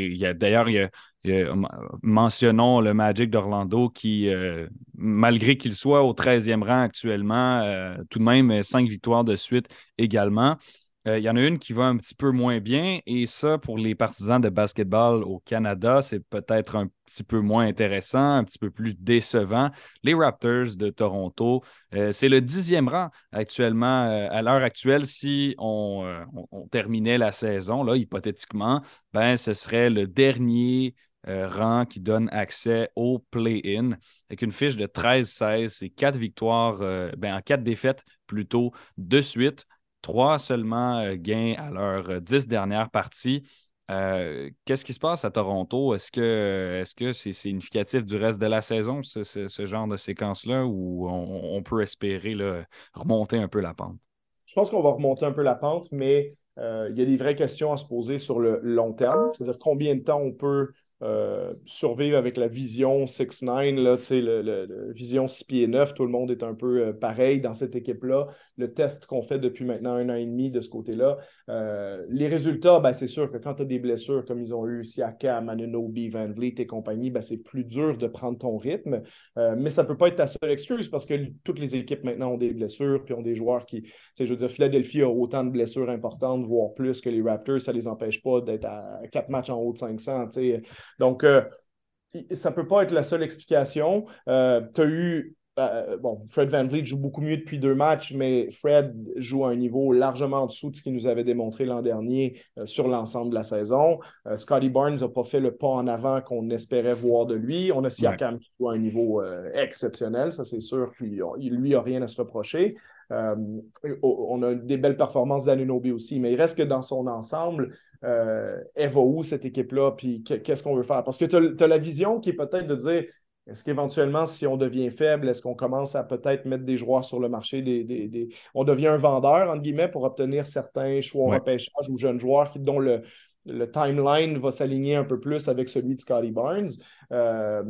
mentionnons le Magic d'Orlando qui, malgré qu'il soit au 13e rang actuellement, tout de même 5 victoires de suite également. Il y en a une qui va un petit peu moins bien et ça, pour les partisans de basketball au Canada, c'est peut-être un petit peu moins intéressant, un petit peu plus décevant. Les Raptors de Toronto, c'est le 10e rang actuellement, à l'heure actuelle. Si on terminait la saison, là, hypothétiquement, ben, ce serait le dernier rang qui donne accès au play-in avec une fiche de 13-16 et 4 victoires, en 4 défaites plutôt de suite. 3 seulement gains à leurs 10 dernières parties. Qu'est-ce qui se passe à Toronto? Est-ce que c'est significatif du reste de la saison, ce genre de séquence-là, ou on peut espérer là, remonter un peu la pente? Je pense qu'on va remonter un peu la pente, mais il y a des vraies questions à se poser sur le long terme. C'est-à-dire combien de temps on peut survivre avec la vision 6'9", là, vision 6 pieds 9. Tout le monde est un peu pareil dans cette équipe-là. Le test qu'on fait depuis maintenant 1 an et demi de ce côté-là. Les résultats, ben, c'est sûr que quand tu as des blessures comme ils ont eu Siakam, Anunoby, Van Vliet et compagnie, ben, c'est plus dur de prendre ton rythme. Mais ça ne peut pas être ta seule excuse parce que toutes les équipes maintenant ont des blessures puis ont des joueurs qui, je veux dire, Philadelphie a autant de blessures importantes, voire plus que les Raptors. Ça ne les empêche pas d'être à 4 matchs en haut de 500. Donc, ça ne peut pas être la seule explication. Tu as eu bon, Fred VanVleet joue beaucoup mieux depuis 2 matchs, mais Fred joue à un niveau largement en dessous de ce qu'il nous avait démontré l'an dernier sur l'ensemble de la saison. Scotty Barnes n'a pas fait le pas en avant qu'on espérait voir de lui. On a Ouais. Siakam qui joue à un niveau exceptionnel, ça c'est sûr, puis lui n'a rien à se reprocher. Euh, on a des belles performances d'Anunoby aussi, mais il reste que dans son ensemble, elle va où cette équipe-là, puis qu'est-ce qu'on veut faire? Parce que tu as la vision qui est peut-être de dire est-ce qu'éventuellement, si on devient faible, est-ce qu'on commence à peut-être mettre des joueurs sur le marché, on devient un vendeur, entre guillemets, pour obtenir certains choix au Ouais. repêchage ou jeunes joueurs dont le timeline va s'aligner un peu plus avec celui de Scotty Barnes. Euh,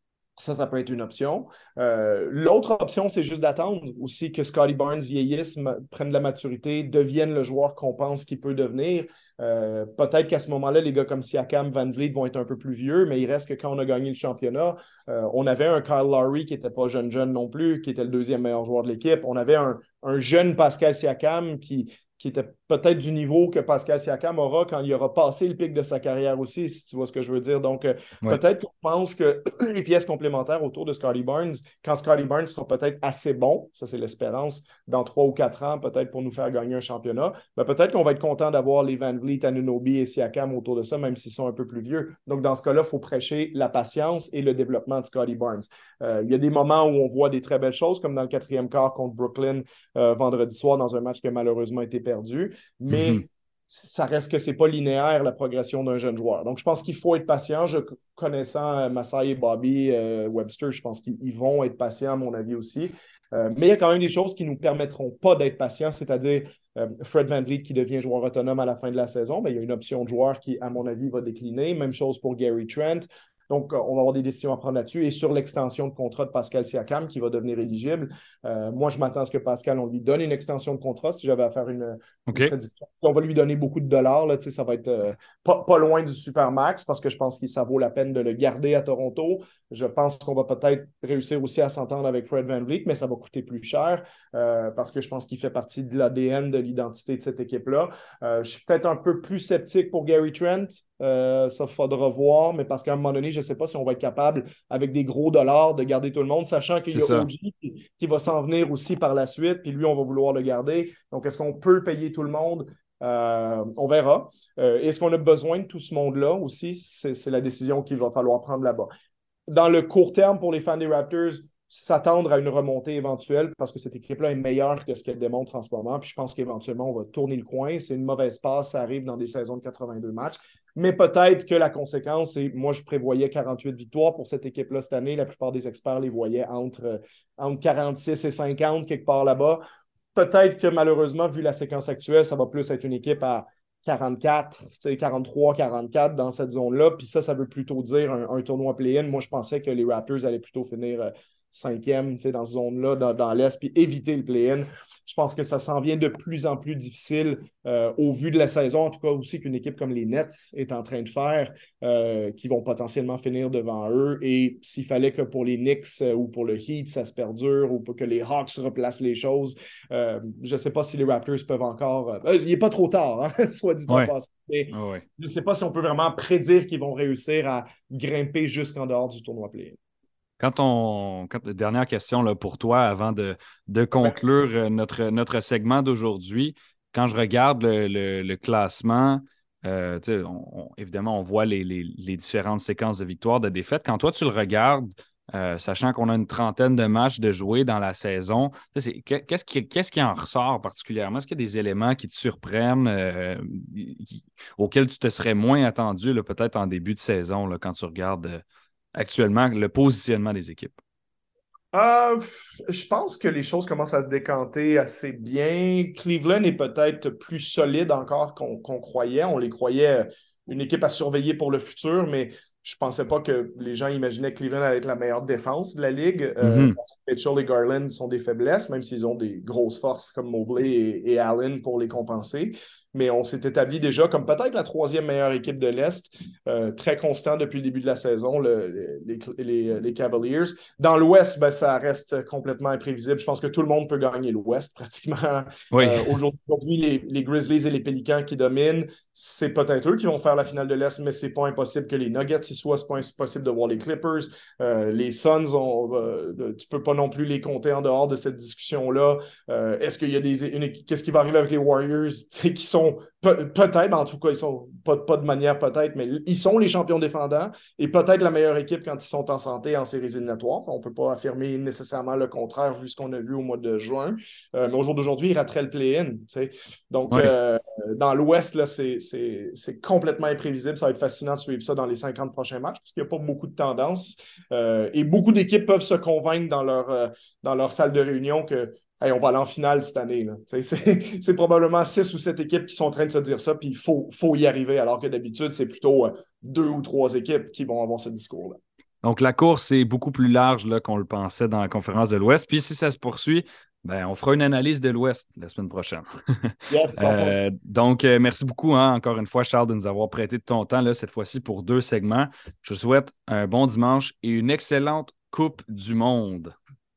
ça peut être une option. L'autre option, c'est juste d'attendre aussi que Scotty Barnes vieillisse, prenne de la maturité, devienne le joueur qu'on pense qu'il peut devenir. Peut-être qu'à ce moment-là, les gars comme Siakam, Van Vliet vont être un peu plus vieux, mais il reste que quand on a gagné le championnat, on avait un Kyle Lowry qui n'était pas jeune non plus, qui était le deuxième meilleur joueur de l'équipe. On avait un jeune Pascal Siakam qui était peut-être du niveau que Pascal Siakam aura quand il aura passé le pic de sa carrière aussi, si tu vois ce que je veux dire. Donc, Ouais. peut-être qu'on pense que les pièces complémentaires autour de Scotty Barnes, quand Scotty Barnes sera peut-être assez bon, ça c'est l'espérance, dans 3 ou 4 ans, peut-être pour nous faire gagner un championnat, ben peut-être qu'on va être content d'avoir les Van Vliet, Anunoby et Siakam autour de ça, même s'ils sont un peu plus vieux. Donc, dans ce cas-là, il faut prêcher la patience et le développement de Scotty Barnes. Il y a des moments où on voit des très belles choses, comme dans le quatrième quart contre Brooklyn vendredi soir dans un match qui a malheureusement été perdu. Mhm. Mais ça reste que c'est pas linéaire la progression d'un jeune joueur. Donc, je pense qu'il faut être patient. Connaissant Masai et Bobby Webster, je pense qu'ils vont être patients, à mon avis aussi. Mais il y a quand même des choses qui ne nous permettront pas d'être patients, c'est-à-dire Fred VanVleet qui devient joueur autonome à la fin de la saison. Mais il y a une option de joueur qui, à mon avis, va décliner. Même chose pour Gary Trent. Donc, on va avoir des décisions à prendre là-dessus. Et sur l'extension de contrat de Pascal Siakam, qui va devenir éligible, moi, je m'attends à ce que Pascal, on lui donne une extension de contrat. Si j'avais à faire OK. une prédiction, on va lui donner beaucoup de dollars. Là, ça va être pas loin du Supermax parce que je pense que ça vaut la peine de le garder à Toronto. Je pense qu'on va peut-être réussir aussi à s'entendre avec Fred VanVleet, mais ça va coûter plus cher parce que je pense qu'il fait partie de l'ADN, de l'identité de cette équipe-là. Je suis peut-être un peu plus sceptique pour Gary Trent. Ça, faudra voir, mais parce qu'à un moment donné, je ne sais pas si on va être capable, avec des gros dollars, de garder tout le monde, sachant qu'il C'est y a ça. OG qui va s'en venir aussi par la suite, puis lui, on va vouloir le garder. Donc, est-ce qu'on peut payer tout le monde? On verra. Est-ce qu'on a besoin de tout ce monde-là aussi? C'est la décision qu'il va falloir prendre là-bas. Dans le court terme, pour les fans des Raptors, s'attendre à une remontée éventuelle parce que cette équipe-là est meilleure que ce qu'elle démontre en ce moment. Puis je pense qu'éventuellement, on va tourner le coin. C'est une mauvaise passe, ça arrive dans des saisons de 82 matchs. Mais peut-être que la conséquence, c'est, moi, je prévoyais 48 victoires pour cette équipe-là cette année. La plupart des experts les voyaient entre 46 et 50, quelque part là-bas. Peut-être que malheureusement, vu la séquence actuelle, ça va plus être une équipe à 44, 43, 44 dans cette zone-là. Puis ça veut plutôt dire un tournoi play-in. Moi, je pensais que les Raptors allaient plutôt finir cinquième dans cette zone-là, dans l'Est, puis éviter le play-in. Je pense que ça s'en vient de plus en plus difficile au vu de la saison, en tout cas aussi qu'une équipe comme les Nets est en train de faire, qui vont potentiellement finir devant eux. Et s'il fallait que pour les Knicks ou pour le Heat, ça se perdure, ou pour que les Hawks replacent les choses, je ne sais pas si les Raptors peuvent encore... il n'est pas trop tard, hein, soit dit en Ouais. passant, mais Ouais. je ne sais pas si on peut vraiment prédire qu'ils vont réussir à grimper jusqu'en dehors du tournoi play. Dernière question là, pour toi avant de conclure notre segment d'aujourd'hui. Quand je regarde le classement, tu sais, évidemment, on voit les différentes séquences de victoires, de défaites. Quand toi, tu le regardes, sachant qu'on a une trentaine de matchs de jouer dans la saison, qu'est-ce qui en ressort particulièrement? Est-ce qu'il y a des éléments qui te surprennent, auxquels tu te serais moins attendu peut-être en début de saison là, quand tu regardes actuellement le positionnement des équipes? Euh, je pense que les choses commencent à se décanter assez bien. Cleveland est peut-être plus solide encore qu'on croyait. On les croyait une équipe à surveiller pour le futur, mais Je pensais pas que les gens imaginaient que Cleveland allait être la meilleure défense de la Ligue. Mhm. Parce que Mitchell et Garland sont des faiblesses, même s'ils ont des grosses forces comme Mobley et Allen pour les compenser. Mais on s'est établi déjà comme peut-être la troisième meilleure équipe de l'Est, très constant depuis le début de la saison, les Cavaliers. Dans l'Ouest, ben, ça reste complètement imprévisible. Je pense que tout le monde peut gagner l'Ouest pratiquement. Oui, Aujourd'hui, les Grizzlies et les Pelicans qui dominent, c'est peut-être eux qui vont faire la finale de l'Est, mais c'est pas impossible que les Nuggets y soient. C'est pas impossible de voir les Clippers. Les Suns, tu peux pas non plus les compter en dehors de cette discussion-là. Est-ce qu'il y a qu'est-ce qui va arriver avec les Warriors qui sont peut-être, en tout cas, ils sont pas de manière peut-être, mais ils sont les champions défendants et peut-être la meilleure équipe quand ils sont en santé en séries éliminatoires. On ne peut pas affirmer nécessairement le contraire vu ce qu'on a vu au mois de juin. Mais au jour d'aujourd'hui, ils rateraient le play-in. Donc, oui. dans l'Ouest, là, c'est complètement imprévisible. Ça va être fascinant de suivre ça dans les 50 prochains matchs parce qu'il n'y a pas beaucoup de tendances. Et beaucoup d'équipes peuvent se convaincre dans leur salle de réunion que hey, on va aller en finale cette année. C'est probablement 6 ou 7 équipes qui sont en train de se dire ça, puis faut y arriver, alors que d'habitude, c'est plutôt 2 ou 3 équipes qui vont avoir ce discours-là. Donc, la course est beaucoup plus large là, qu'on le pensait dans la conférence de l'Ouest. Puis, si ça se poursuit, ben, on fera une analyse de l'Ouest la semaine prochaine. Yes, sans faute. Donc, merci beaucoup, hein, encore une fois, Charles, de nous avoir prêté de ton temps, là, cette fois-ci, pour 2 segments. Je vous souhaite un bon dimanche et une excellente Coupe du Monde.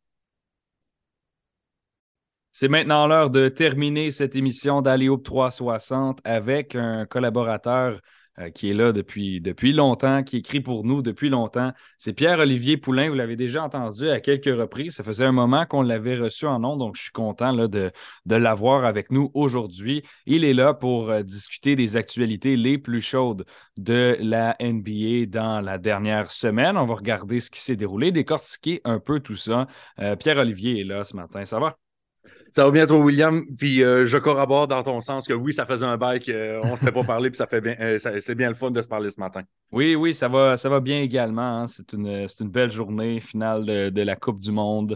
C'est maintenant l'heure de terminer cette émission d'Alley-Oop 360 avec un collaborateur qui est là depuis longtemps, qui écrit pour nous depuis longtemps. C'est Pierre-Olivier Poulain. Vous l'avez déjà entendu à quelques reprises. Ça faisait un moment qu'on l'avait reçu en ondes, donc je suis content là, de l'avoir avec nous aujourd'hui. Il est là pour discuter des actualités les plus chaudes de la NBA dans la dernière semaine. On va regarder ce qui s'est déroulé, décortiquer un peu tout ça. Pierre-Olivier est là ce matin. Ça va? Ça va bien, toi, William. Puis je corrobore dans ton sens que oui, ça faisait un bail qu'on ne s'était pas parlé, puis ça fait bien, c'est bien le fun de se parler ce matin. Oui, oui, ça va bien également, hein. C'est une belle journée finale de la Coupe du Monde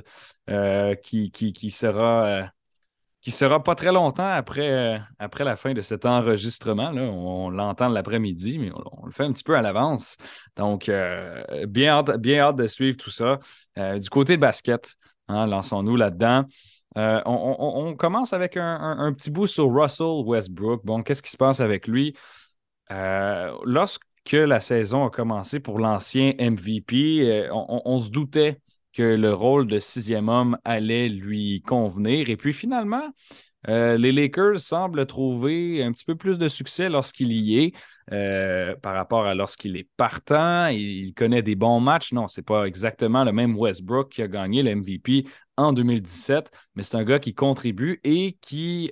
qui sera pas très longtemps après la fin de cet enregistrement, là. On l'entend l'après-midi, mais on le fait un petit peu à l'avance. Donc, bien hâte de suivre tout ça. Du côté de basket, hein, lançons-nous là-dedans. On commence avec un petit bout sur Russell Westbrook. Bon, qu'est-ce qui se passe avec lui? Lorsque la saison a commencé pour l'ancien MVP, on se doutait que le rôle de 6e homme allait lui convenir. Et puis finalement, les Lakers semblent trouver un petit peu plus de succès lorsqu'il y est par rapport à lorsqu'il est partant. Il connaît des bons matchs. Non, c'est pas exactement le même Westbrook qui a gagné le MVP en 2017, mais c'est un gars qui contribue et qui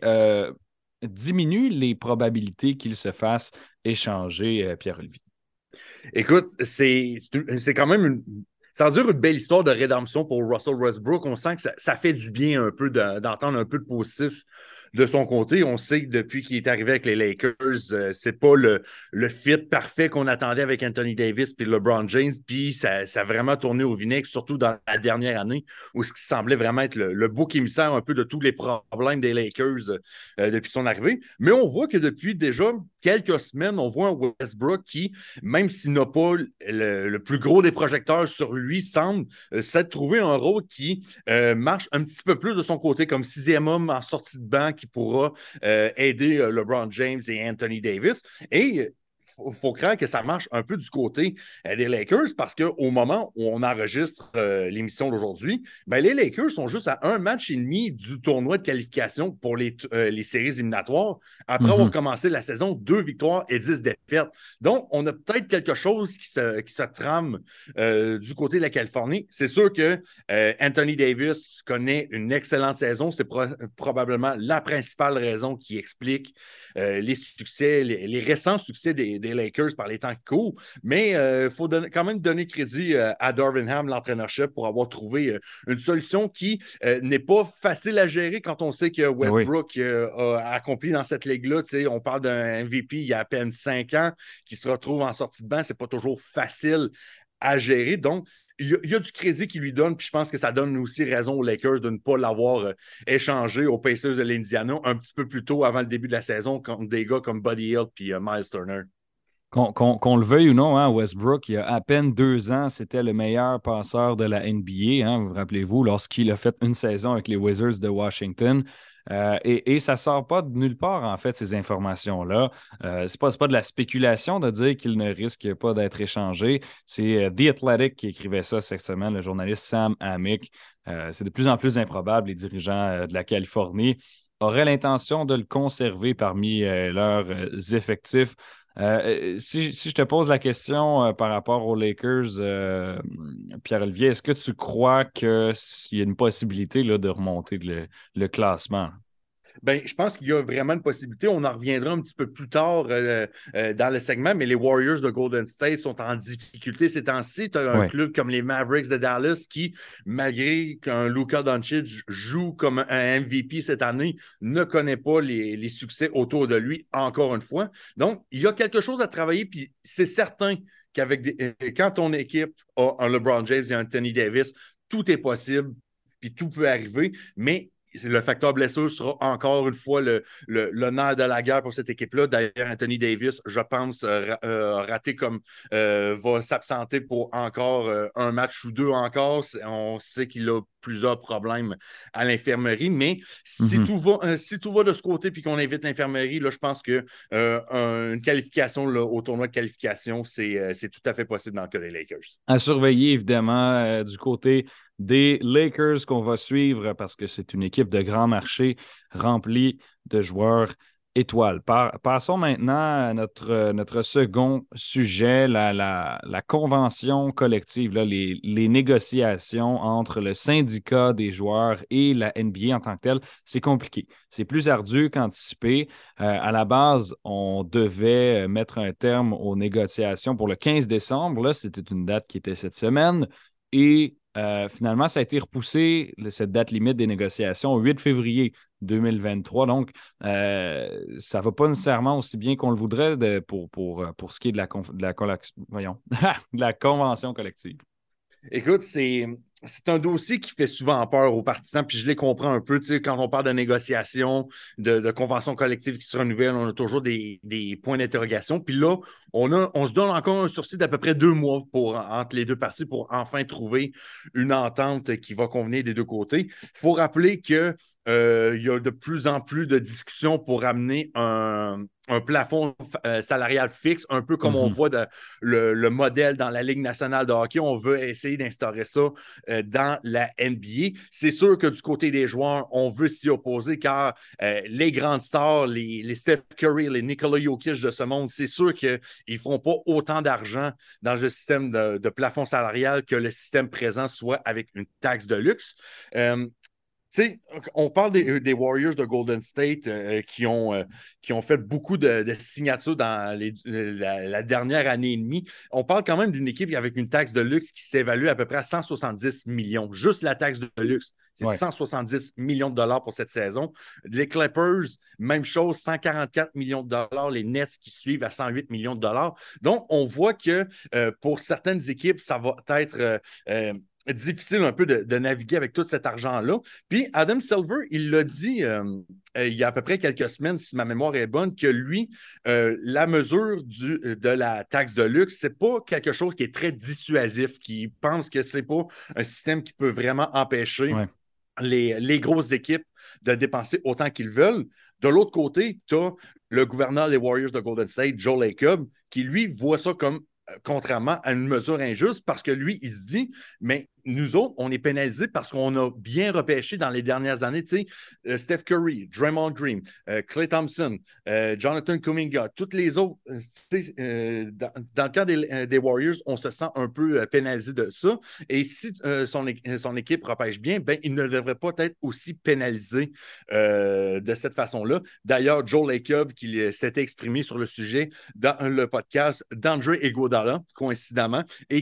diminue les probabilités qu'il se fasse échanger, Pierre-Olivier. Écoute, c'est quand même ça dure une belle histoire de rédemption pour Russell Westbrook. On sent que ça fait du bien un peu d'entendre un peu de positif de son côté. On sait que depuis qu'il est arrivé avec les Lakers, c'est pas le fit parfait qu'on attendait avec Anthony Davis puis LeBron James. Puis ça a vraiment tourné au vinaigre, surtout dans la dernière année, où ce qui semblait vraiment être le bouc émissaire un peu de tous les problèmes des Lakers depuis son arrivée. Mais on voit que depuis déjà quelques semaines, on voit un Westbrook qui, même s'il n'a pas le plus gros des projecteurs sur lui, semble s'être trouvé un rôle qui marche un petit peu plus de son côté, comme 6e homme en sortie de banc qui pourra aider LeBron James et Anthony Davis. Et il faut craindre que ça marche un peu du côté des Lakers parce qu'au moment où on enregistre l'émission d'aujourd'hui, ben, les Lakers sont juste à un match et demi du tournoi de qualification pour les séries éliminatoires après avoir commencé la saison 2 victoires et 10 défaites. Donc, on a peut-être quelque chose qui se trame du côté de la Californie. C'est sûr que Anthony Davis connaît une excellente saison. C'est probablement la principale raison qui explique les succès, les récents succès des Lakers par les temps qui courent. Mais il faut quand même donner crédit à Darvin Ham, l'entraîneur-chef, pour avoir trouvé une solution qui n'est pas facile à gérer quand on sait que Westbrook a accompli dans cette ligue-là. On parle d'un MVP il y a à peine 5 ans qui se retrouve en sortie de banc. C'est pas toujours facile à gérer. Donc, il y a du crédit qu'il lui donne, puis je pense que ça donne aussi raison aux Lakers de ne pas l'avoir échangé aux Pacers de l'Indiana un petit peu plus tôt avant le début de la saison contre des gars comme Buddy Hield puis Miles Turner. Qu'on le veuille ou non, hein, Westbrook, il y a à peine 2 ans, c'était le meilleur passeur de la NBA, hein, vous rappelez-vous, lorsqu'il a fait une saison avec les Wizards de Washington. Et ça ne sort pas de nulle part, en fait, ces informations-là. C'est pas de la spéculation de dire qu'il ne risque pas d'être échangé. C'est The Athletic qui écrivait ça cette semaine, le journaliste Sam Amick. C'est de plus en plus improbable, les dirigeants de la Californie auraient l'intention de le conserver parmi leurs effectifs. Si je te pose la question par rapport aux Lakers, Pierre-Olivier, est-ce que tu crois qu'il y a une possibilité là, de remonter le classement? Ben, je pense qu'il y a vraiment une possibilité. On en reviendra un petit peu plus tard dans le segment, mais les Warriors de Golden State sont en difficulté ces temps-ci. Tu as un Ouais. club comme les Mavericks de Dallas qui, malgré qu'un Luka Doncic joue comme un MVP cette année, ne connaît pas les succès autour de lui encore une fois. Donc, il y a quelque chose à travailler, puis c'est certain quand ton équipe a un LeBron James et un Anthony Davis, tout est possible, puis tout peut arriver, mais le facteur blessure sera encore une fois le nerf de la guerre pour cette équipe-là. D'ailleurs, Anthony Davis, je pense, raté comme va s'absenter pour encore un match ou deux encore. On sait qu'il a plusieurs problèmes à l'infirmerie, mais si tout va de ce côté puis qu'on évite l'infirmerie, là, je pense que une qualification là, au tournoi de qualification, c'est tout à fait possible dans le cas des Lakers. À surveiller, évidemment, du côté des Lakers qu'on va suivre parce que c'est une équipe de grand marché remplie de joueurs étoiles. Passons maintenant à notre second sujet, la convention collective, là, les négociations entre le syndicat des joueurs et la NBA en tant que telle. C'est compliqué. C'est plus ardu qu'anticipé. À la base, on devait mettre un terme aux négociations pour le 15 décembre. Là, c'était une date qui était cette semaine. Et finalement, ça a été repoussé, cette date limite des négociations, au 8 février 2023. Donc, ça ne va pas nécessairement aussi bien qu'on le voudrait pour ce qui est de la convention collective. Écoute, c'est un dossier qui fait souvent peur aux partisans, puis je les comprends un peu. Tu sais, quand on parle de négociations, de conventions collectives qui se renouvellent, on a toujours des points d'interrogation. Puis là, on se donne encore un sursis d'à peu près 2 mois entre les deux parties pour enfin trouver une entente qui va convenir des deux côtés. Il faut rappeler que il y a de plus en plus de discussions pour amener un plafond salarial fixe, un peu comme on voit le modèle dans la Ligue nationale de hockey. On veut essayer d'instaurer ça dans la NBA. C'est sûr que du côté des joueurs, on veut s'y opposer car les grandes stars, les Steph Curry, les Nikola Jokic de ce monde, c'est sûr qu'ils ne feront pas autant d'argent dans le système de plafond salarial que le système présent, soit avec une taxe de luxe. Tu sais, on parle des Warriors de Golden State qui ont fait beaucoup de signatures dans la dernière année et demie. On parle quand même d'une équipe avec une taxe de luxe qui s'évalue à peu près à 170 millions. Juste la taxe de luxe, c'est 170 millions de dollars pour cette saison. Les Clippers, même chose, 144 millions de dollars. Les Nets qui suivent à 108 millions de dollars. Donc, on voit que pour certaines équipes, ça va être difficile un peu de naviguer avec tout cet argent-là. Puis Adam Silver, il l'a dit il y a à peu près quelques semaines, si ma mémoire est bonne, que lui, la mesure de la taxe de luxe, c'est pas quelque chose qui est très dissuasif, qui pense que c'est pas un système qui peut vraiment empêcher les grosses équipes de dépenser autant qu'ils veulent. De l'autre côté, tu as le gouverneur des Warriors de Golden State, Joe Lacob, qui lui voit ça comme contrairement à une mesure injuste, parce que lui, il se dit, mais nous autres, on est pénalisés parce qu'on a bien repêché dans les dernières années, tu sais, Steph Curry, Draymond Green, Klay Thompson, Jonathan Kuminga, toutes les autres, dans le cas des Warriors, on se sent un peu pénalisé de ça. Et si son équipe repêche bien, ben, il ne devrait pas être aussi pénalisé de cette façon-là. D'ailleurs, Joe Lacob, qui s'était exprimé sur le sujet dans le podcast d'André Iguodala, coïncidemment, et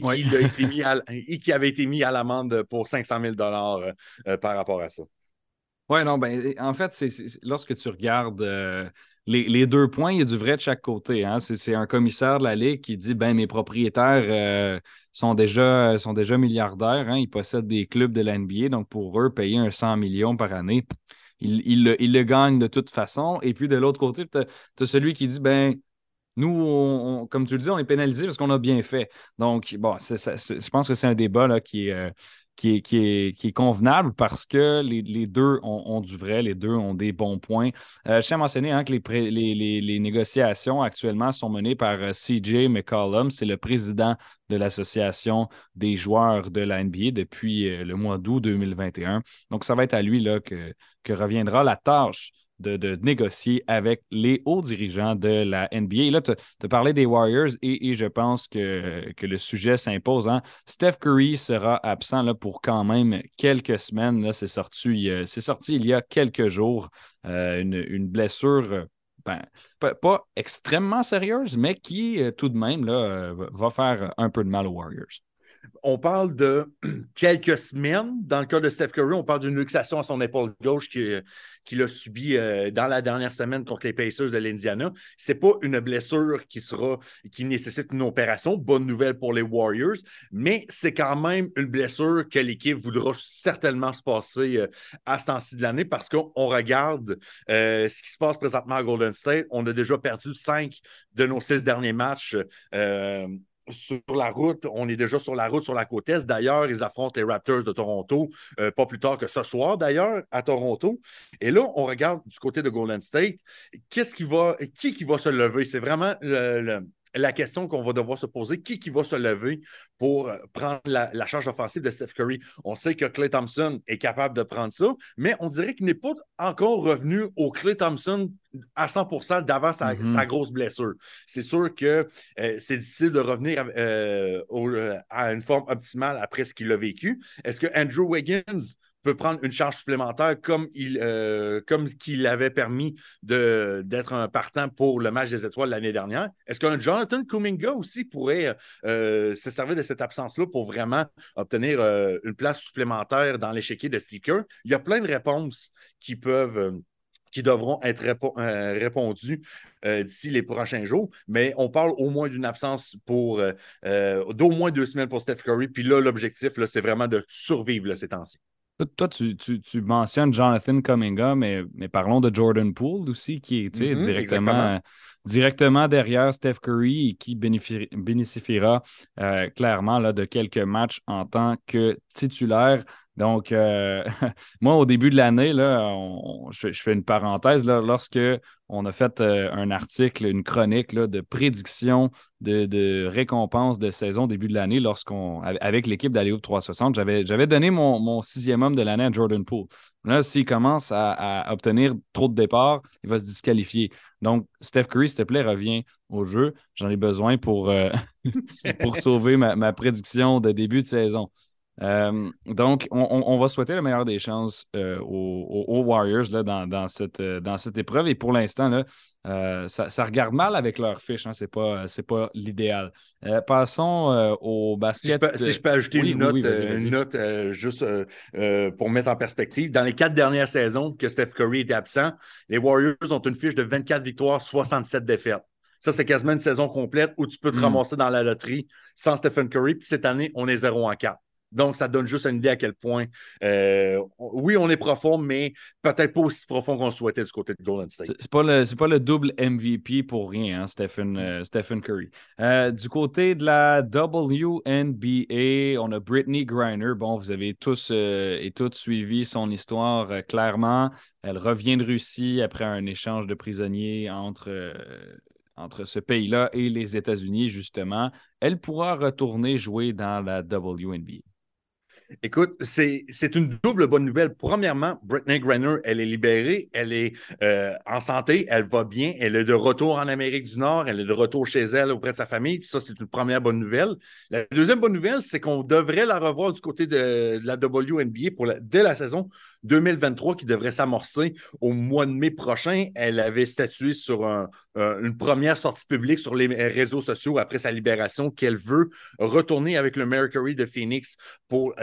qui avait été mis à l'amende pour 500 000 par rapport à ça. Oui, non, ben, en fait, lorsque tu regardes les 2 points, il y a du vrai de chaque côté. Hein. C'est un commissaire de la Ligue qui dit ben mes propriétaires sont déjà milliardaires, hein. Ils possèdent des clubs de la NBA, donc pour eux, payer un 100 millions par année, ils le gagnent de toute façon. Et puis de l'autre côté, tu as celui qui dit ben Nous, comme tu le dis, on est pénalisé parce qu'on a bien fait. Donc, bon, je pense que c'est un débat là, qui est convenable parce que les deux ont du vrai, les deux ont des bons points. Je tiens à mentionner hein, que les négociations actuellement sont menées par CJ McCollum, c'est le président de l'Association des joueurs de la NBA depuis le mois d'août 2021. Donc, ça va être à lui là, que reviendra la tâche de négocier avec les hauts dirigeants de la NBA. Et là, tu as parlé des Warriors et je pense que le sujet s'impose. Hein. Steph Curry sera absent là, pour quand même quelques semaines. Là, c'est sorti il y a quelques jours. Une blessure. Ben, pas extrêmement sérieuse, mais qui, tout de même, là, va faire un peu de mal aux Warriors. On parle de quelques semaines. Dans le cas de Steph Curry, on parle d'une luxation à son épaule gauche qu'il a subie dans la dernière semaine contre les Pacers de l'Indiana. Ce n'est pas une blessure qui nécessite une opération. Bonne nouvelle pour les Warriors, mais c'est quand même une blessure que l'équipe voudra certainement se passer à ce temps-ci de l'année parce qu'on regarde ce qui se passe présentement à Golden State. On a déjà perdu 5 de nos 6 derniers matchs. Sur la route, on est déjà sur la route sur la côte Est. D'ailleurs, ils affrontent les Raptors de Toronto, pas plus tard que ce soir d'ailleurs, à Toronto. Et là, on regarde du côté de Golden State, qui va se lever? C'est vraiment la question qu'on va devoir se poser. Qui va se lever pour prendre la charge offensive de Steph Curry? On sait que Klay Thompson est capable de prendre ça, mais on dirait qu'il n'est pas encore revenu au Klay Thompson à 100% d'avant sa grosse blessure. C'est sûr que c'est difficile de revenir à une forme optimale après ce qu'il a vécu. Est-ce que Andrew Wiggins peut prendre une charge supplémentaire comme qu'il avait permis d'être un partant pour le match des étoiles l'année dernière? Est-ce qu'un Jonathan Kuminga aussi pourrait se servir de cette absence-là pour vraiment obtenir une place supplémentaire dans l'échiquier de Seeker? Il y a plein de réponses qui devront être répondues d'ici les prochains jours. Mais on parle au moins d'une absence d'au moins 2 semaines pour Steph Curry. Puis là, l'objectif, là, c'est vraiment de survivre là, ces temps-ci. Toi, tu mentionnes Jonathan Kuminga, mais parlons de Jordan Poole aussi, qui est directement derrière Steph Curry et qui bénéficiera clairement là, de quelques matchs en tant que titulaire. Donc, moi, au début de l'année, là, je fais une parenthèse, là, lorsque on a fait un article, une chronique là, de prédiction de récompense de saison au début de l'année, avec l'équipe d'Aléo 360, j'avais donné mon 6e homme de l'année à Jordan Poole. Là, s'il commence à obtenir trop de départs, il va se disqualifier. Donc, Steph Curry, s'il te plaît, reviens au jeu. J'en ai besoin pour sauver ma prédiction de début de saison. Donc, on va souhaiter la meilleure des chances aux Warriors là, dans cette épreuve. Et pour l'instant, là, ça regarde mal avec leur fiche. Hein, c'est pas l'idéal. Passons au basket. Si je peux ajouter une note juste pour mettre en perspective. Dans les 4 dernières saisons que Steph Curry était absent, les Warriors ont une fiche de 24 victoires, 67 défaites. Ça, c'est quasiment une saison complète où tu peux te ramasser dans la loterie sans Stephen Curry. Puis cette année, on est 0-4. Donc, ça donne juste une idée à quel point, oui, on est profond, mais peut-être pas aussi profond qu'on le souhaitait du côté de Golden State. C'est pas le double MVP pour rien, hein, Stephen Curry. Du côté de la WNBA, on a Brittney Griner. Bon, vous avez tous et toutes suivi son histoire clairement. Elle revient de Russie après un échange de prisonniers entre ce pays-là et les États-Unis, justement. Elle pourra retourner jouer dans la WNBA. Écoute, c'est une double bonne nouvelle. Premièrement, Brittney Griner, elle est libérée, elle est en santé, elle va bien, elle est de retour en Amérique du Nord, elle est de retour chez elle auprès de sa famille. Ça, c'est une première bonne nouvelle. La deuxième bonne nouvelle, c'est qu'on devrait la revoir du côté de la WNBA dès la saison 2023 qui devrait s'amorcer au mois de mai prochain. Elle avait statué sur une première sortie publique sur les réseaux sociaux après sa libération qu'elle veut retourner avec le Mercury de Phoenix pour la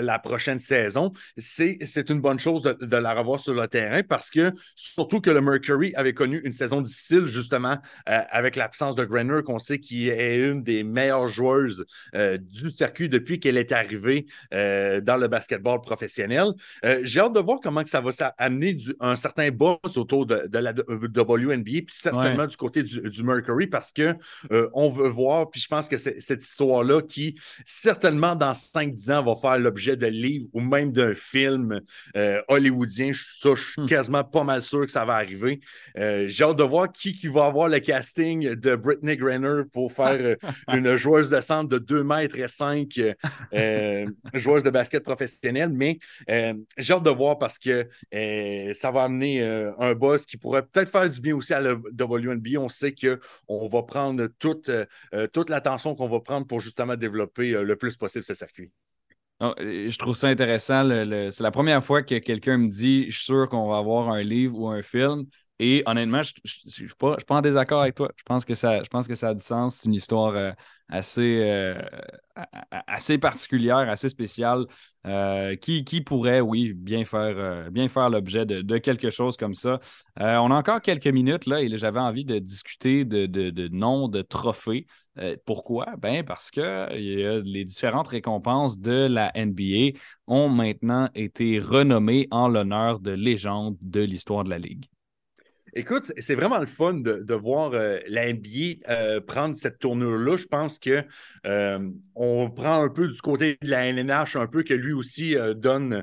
la prochaine saison, c'est une bonne chose de la revoir sur le terrain parce que, surtout que le Mercury avait connu une saison difficile, justement, avec l'absence de Grenner, qu'on sait qu'il est une des meilleures joueuses du circuit depuis qu'elle est arrivée dans le basketball professionnel. J'ai hâte de voir comment que ça va amener un certain buzz autour de la WNBA, puis certainement du côté du Mercury, parce que on veut voir, puis je pense que c'est cette histoire-là qui, certainement, dans 5-10 ans, va faire l'objet de livres ou même d'un film hollywoodien. Je suis quasiment pas mal sûr que ça va arriver. J'ai hâte de voir qui va avoir le casting de Brittney Griner pour faire une joueuse de centre de 2,5 m, joueuse de basket professionnelle, mais j'ai hâte de voir parce que ça va amener un buzz qui pourrait peut-être faire du bien aussi à la WNBA. On sait qu'on va prendre toute l'attention qu'on va prendre pour justement développer le plus possible ce circuit. Oh, je trouve ça intéressant. C'est la première fois que quelqu'un me dit je suis sûr qu'on va avoir un livre ou un film. Et honnêtement, je ne suis pas en désaccord avec toi. Je pense que ça a du sens. C'est une histoire assez particulière, assez spéciale, qui pourrait, oui, bien faire l'objet de quelque chose comme ça. On a encore quelques minutes là, et j'avais envie de discuter de noms de trophées. Pourquoi? Ben parce que les différentes récompenses de la NBA ont maintenant été renommées en l'honneur de légendes de l'histoire de la Ligue. Écoute, c'est vraiment le fun de voir la NBA prendre cette tournure-là. Je pense que on prend un peu du côté de la LNH, un peu que lui aussi donne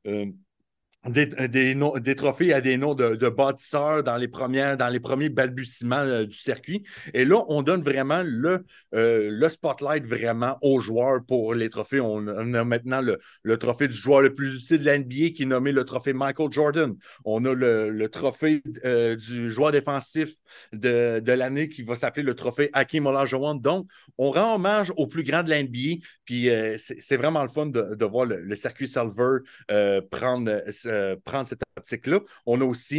des trophées à des noms de bâtisseurs dans les premiers balbutiements du circuit. Et là, on donne vraiment le spotlight vraiment aux joueurs pour les trophées. On a maintenant le trophée du joueur le plus utile de la NBA qui est nommé le trophée Michael Jordan. On a le trophée du joueur défensif de l'année qui va s'appeler le trophée Hakeem Olajuwon. Donc, on rend hommage aux plus grands de la NBA. Puis c'est vraiment le fun de voir le circuit Silver prendre cette optique-là. On a aussi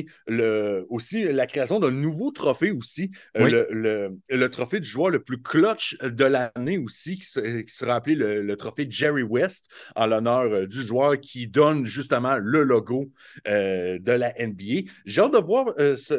la création d'un nouveau trophée aussi, oui. le trophée du joueur le plus clutch de l'année aussi, qui sera appelé le trophée Jerry West, en l'honneur du joueur qui donne justement le logo de la NBA. J'ai hâte de voir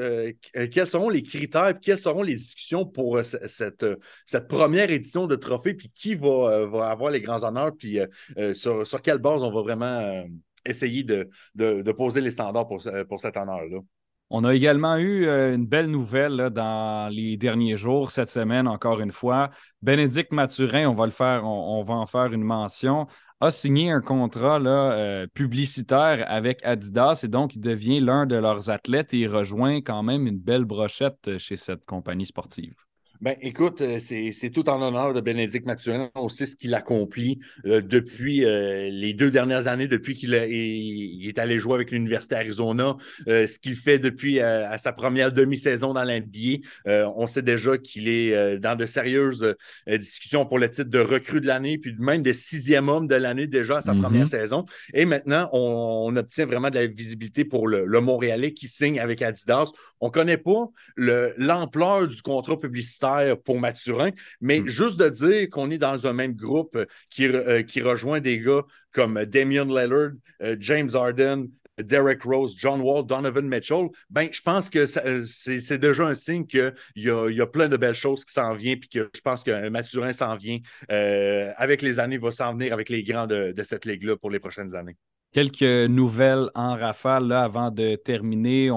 quels seront les critères, quelles seront les discussions pour cette première édition de trophée, puis qui va avoir les grands honneurs, puis sur quelle base on va vraiment essayer de poser les standards pour cet honneur-là. On a également eu une belle nouvelle là, dans les derniers jours, cette semaine, encore une fois. Bénédicte Mathurin, on va en faire une mention, a signé un contrat là, publicitaire avec Adidas et donc il devient l'un de leurs athlètes et il rejoint quand même une belle brochette chez cette compagnie sportive. Ben, écoute, c'est tout en honneur de Bénédicte Mathurin. On sait ce qu'il accomplit depuis les 2 dernières années, depuis qu'il est allé jouer avec l'Université Arizona, ce qu'il fait depuis à sa première demi-saison dans l'NBA. On sait déjà qu'il est dans de sérieuses discussions pour le titre de recrue de l'année, puis même de 6e homme de l'année déjà à sa première saison. Et maintenant, on obtient vraiment de la visibilité pour le Montréalais qui signe avec Adidas. On ne connaît pas l'ampleur du contrat publicitaire pour Mathurin, mais juste de dire qu'on est dans un même groupe qui rejoint des gars comme Damian Lillard, James Harden, Derrick Rose, John Wall, Donovan Mitchell, ben, je pense que c'est déjà un signe qu'il y a plein de belles choses qui s'en viennent, puis que je pense que Mathurin s'en vient avec les années, va s'en venir avec les grands de cette ligue-là pour les prochaines années. Quelques nouvelles en rafale là, avant de terminer.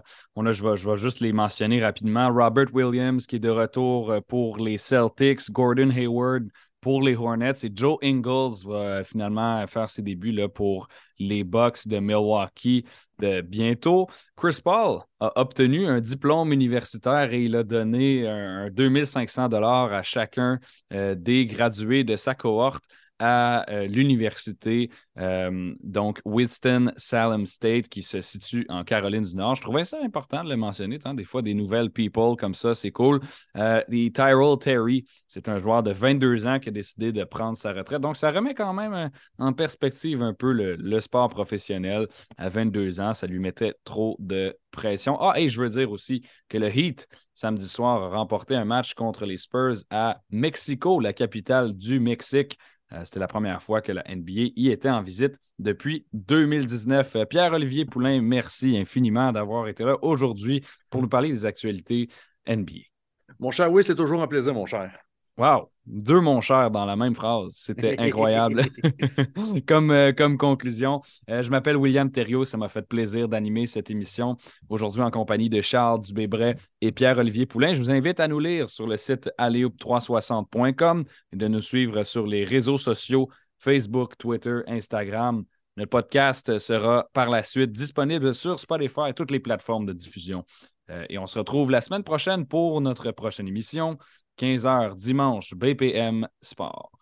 Je vais juste les mentionner rapidement. Robert Williams qui est de retour pour les Celtics, Gordon Hayward pour les Hornets et Joe Ingles va finalement faire ses débuts là, pour les Bucks de Milwaukee bientôt. Chris Paul a obtenu un diplôme universitaire et il a donné un 2500 $ à chacun des gradués de sa cohorte à l'université, donc Winston-Salem State, qui se situe en Caroline du Nord. Je trouvais ça important de le mentionner. Des fois, des nouvelles people comme ça, c'est cool. Tyrell Terry, c'est un joueur de 22 ans qui a décidé de prendre sa retraite. Donc, ça remet quand même en perspective un peu le sport professionnel. À 22 ans, ça lui mettait trop de pression. Ah, et je veux dire aussi que le Heat, samedi soir, a remporté un match contre les Spurs à Mexico, la capitale du Mexique. C'était la première fois que la NBA y était en visite depuis 2019. Pierre-Olivier Poulain, merci infiniment d'avoir été là aujourd'hui pour nous parler des actualités NBA. Mon cher, oui, c'est toujours un plaisir, mon cher. Wow! 2 mon cher dans la même phrase. C'était incroyable comme conclusion. Je m'appelle William Thériault. Ça m'a fait plaisir d'animer cette émission aujourd'hui en compagnie de Charles Dubébret et Pierre-Olivier Poulain. Je vous invite à nous lire sur le site alleoop360.com et de nous suivre sur les réseaux sociaux Facebook, Twitter, Instagram. Notre podcast sera par la suite disponible sur Spotify et toutes les plateformes de diffusion. Et on se retrouve la semaine prochaine pour notre prochaine émission. 15h dimanche, BPM Sport.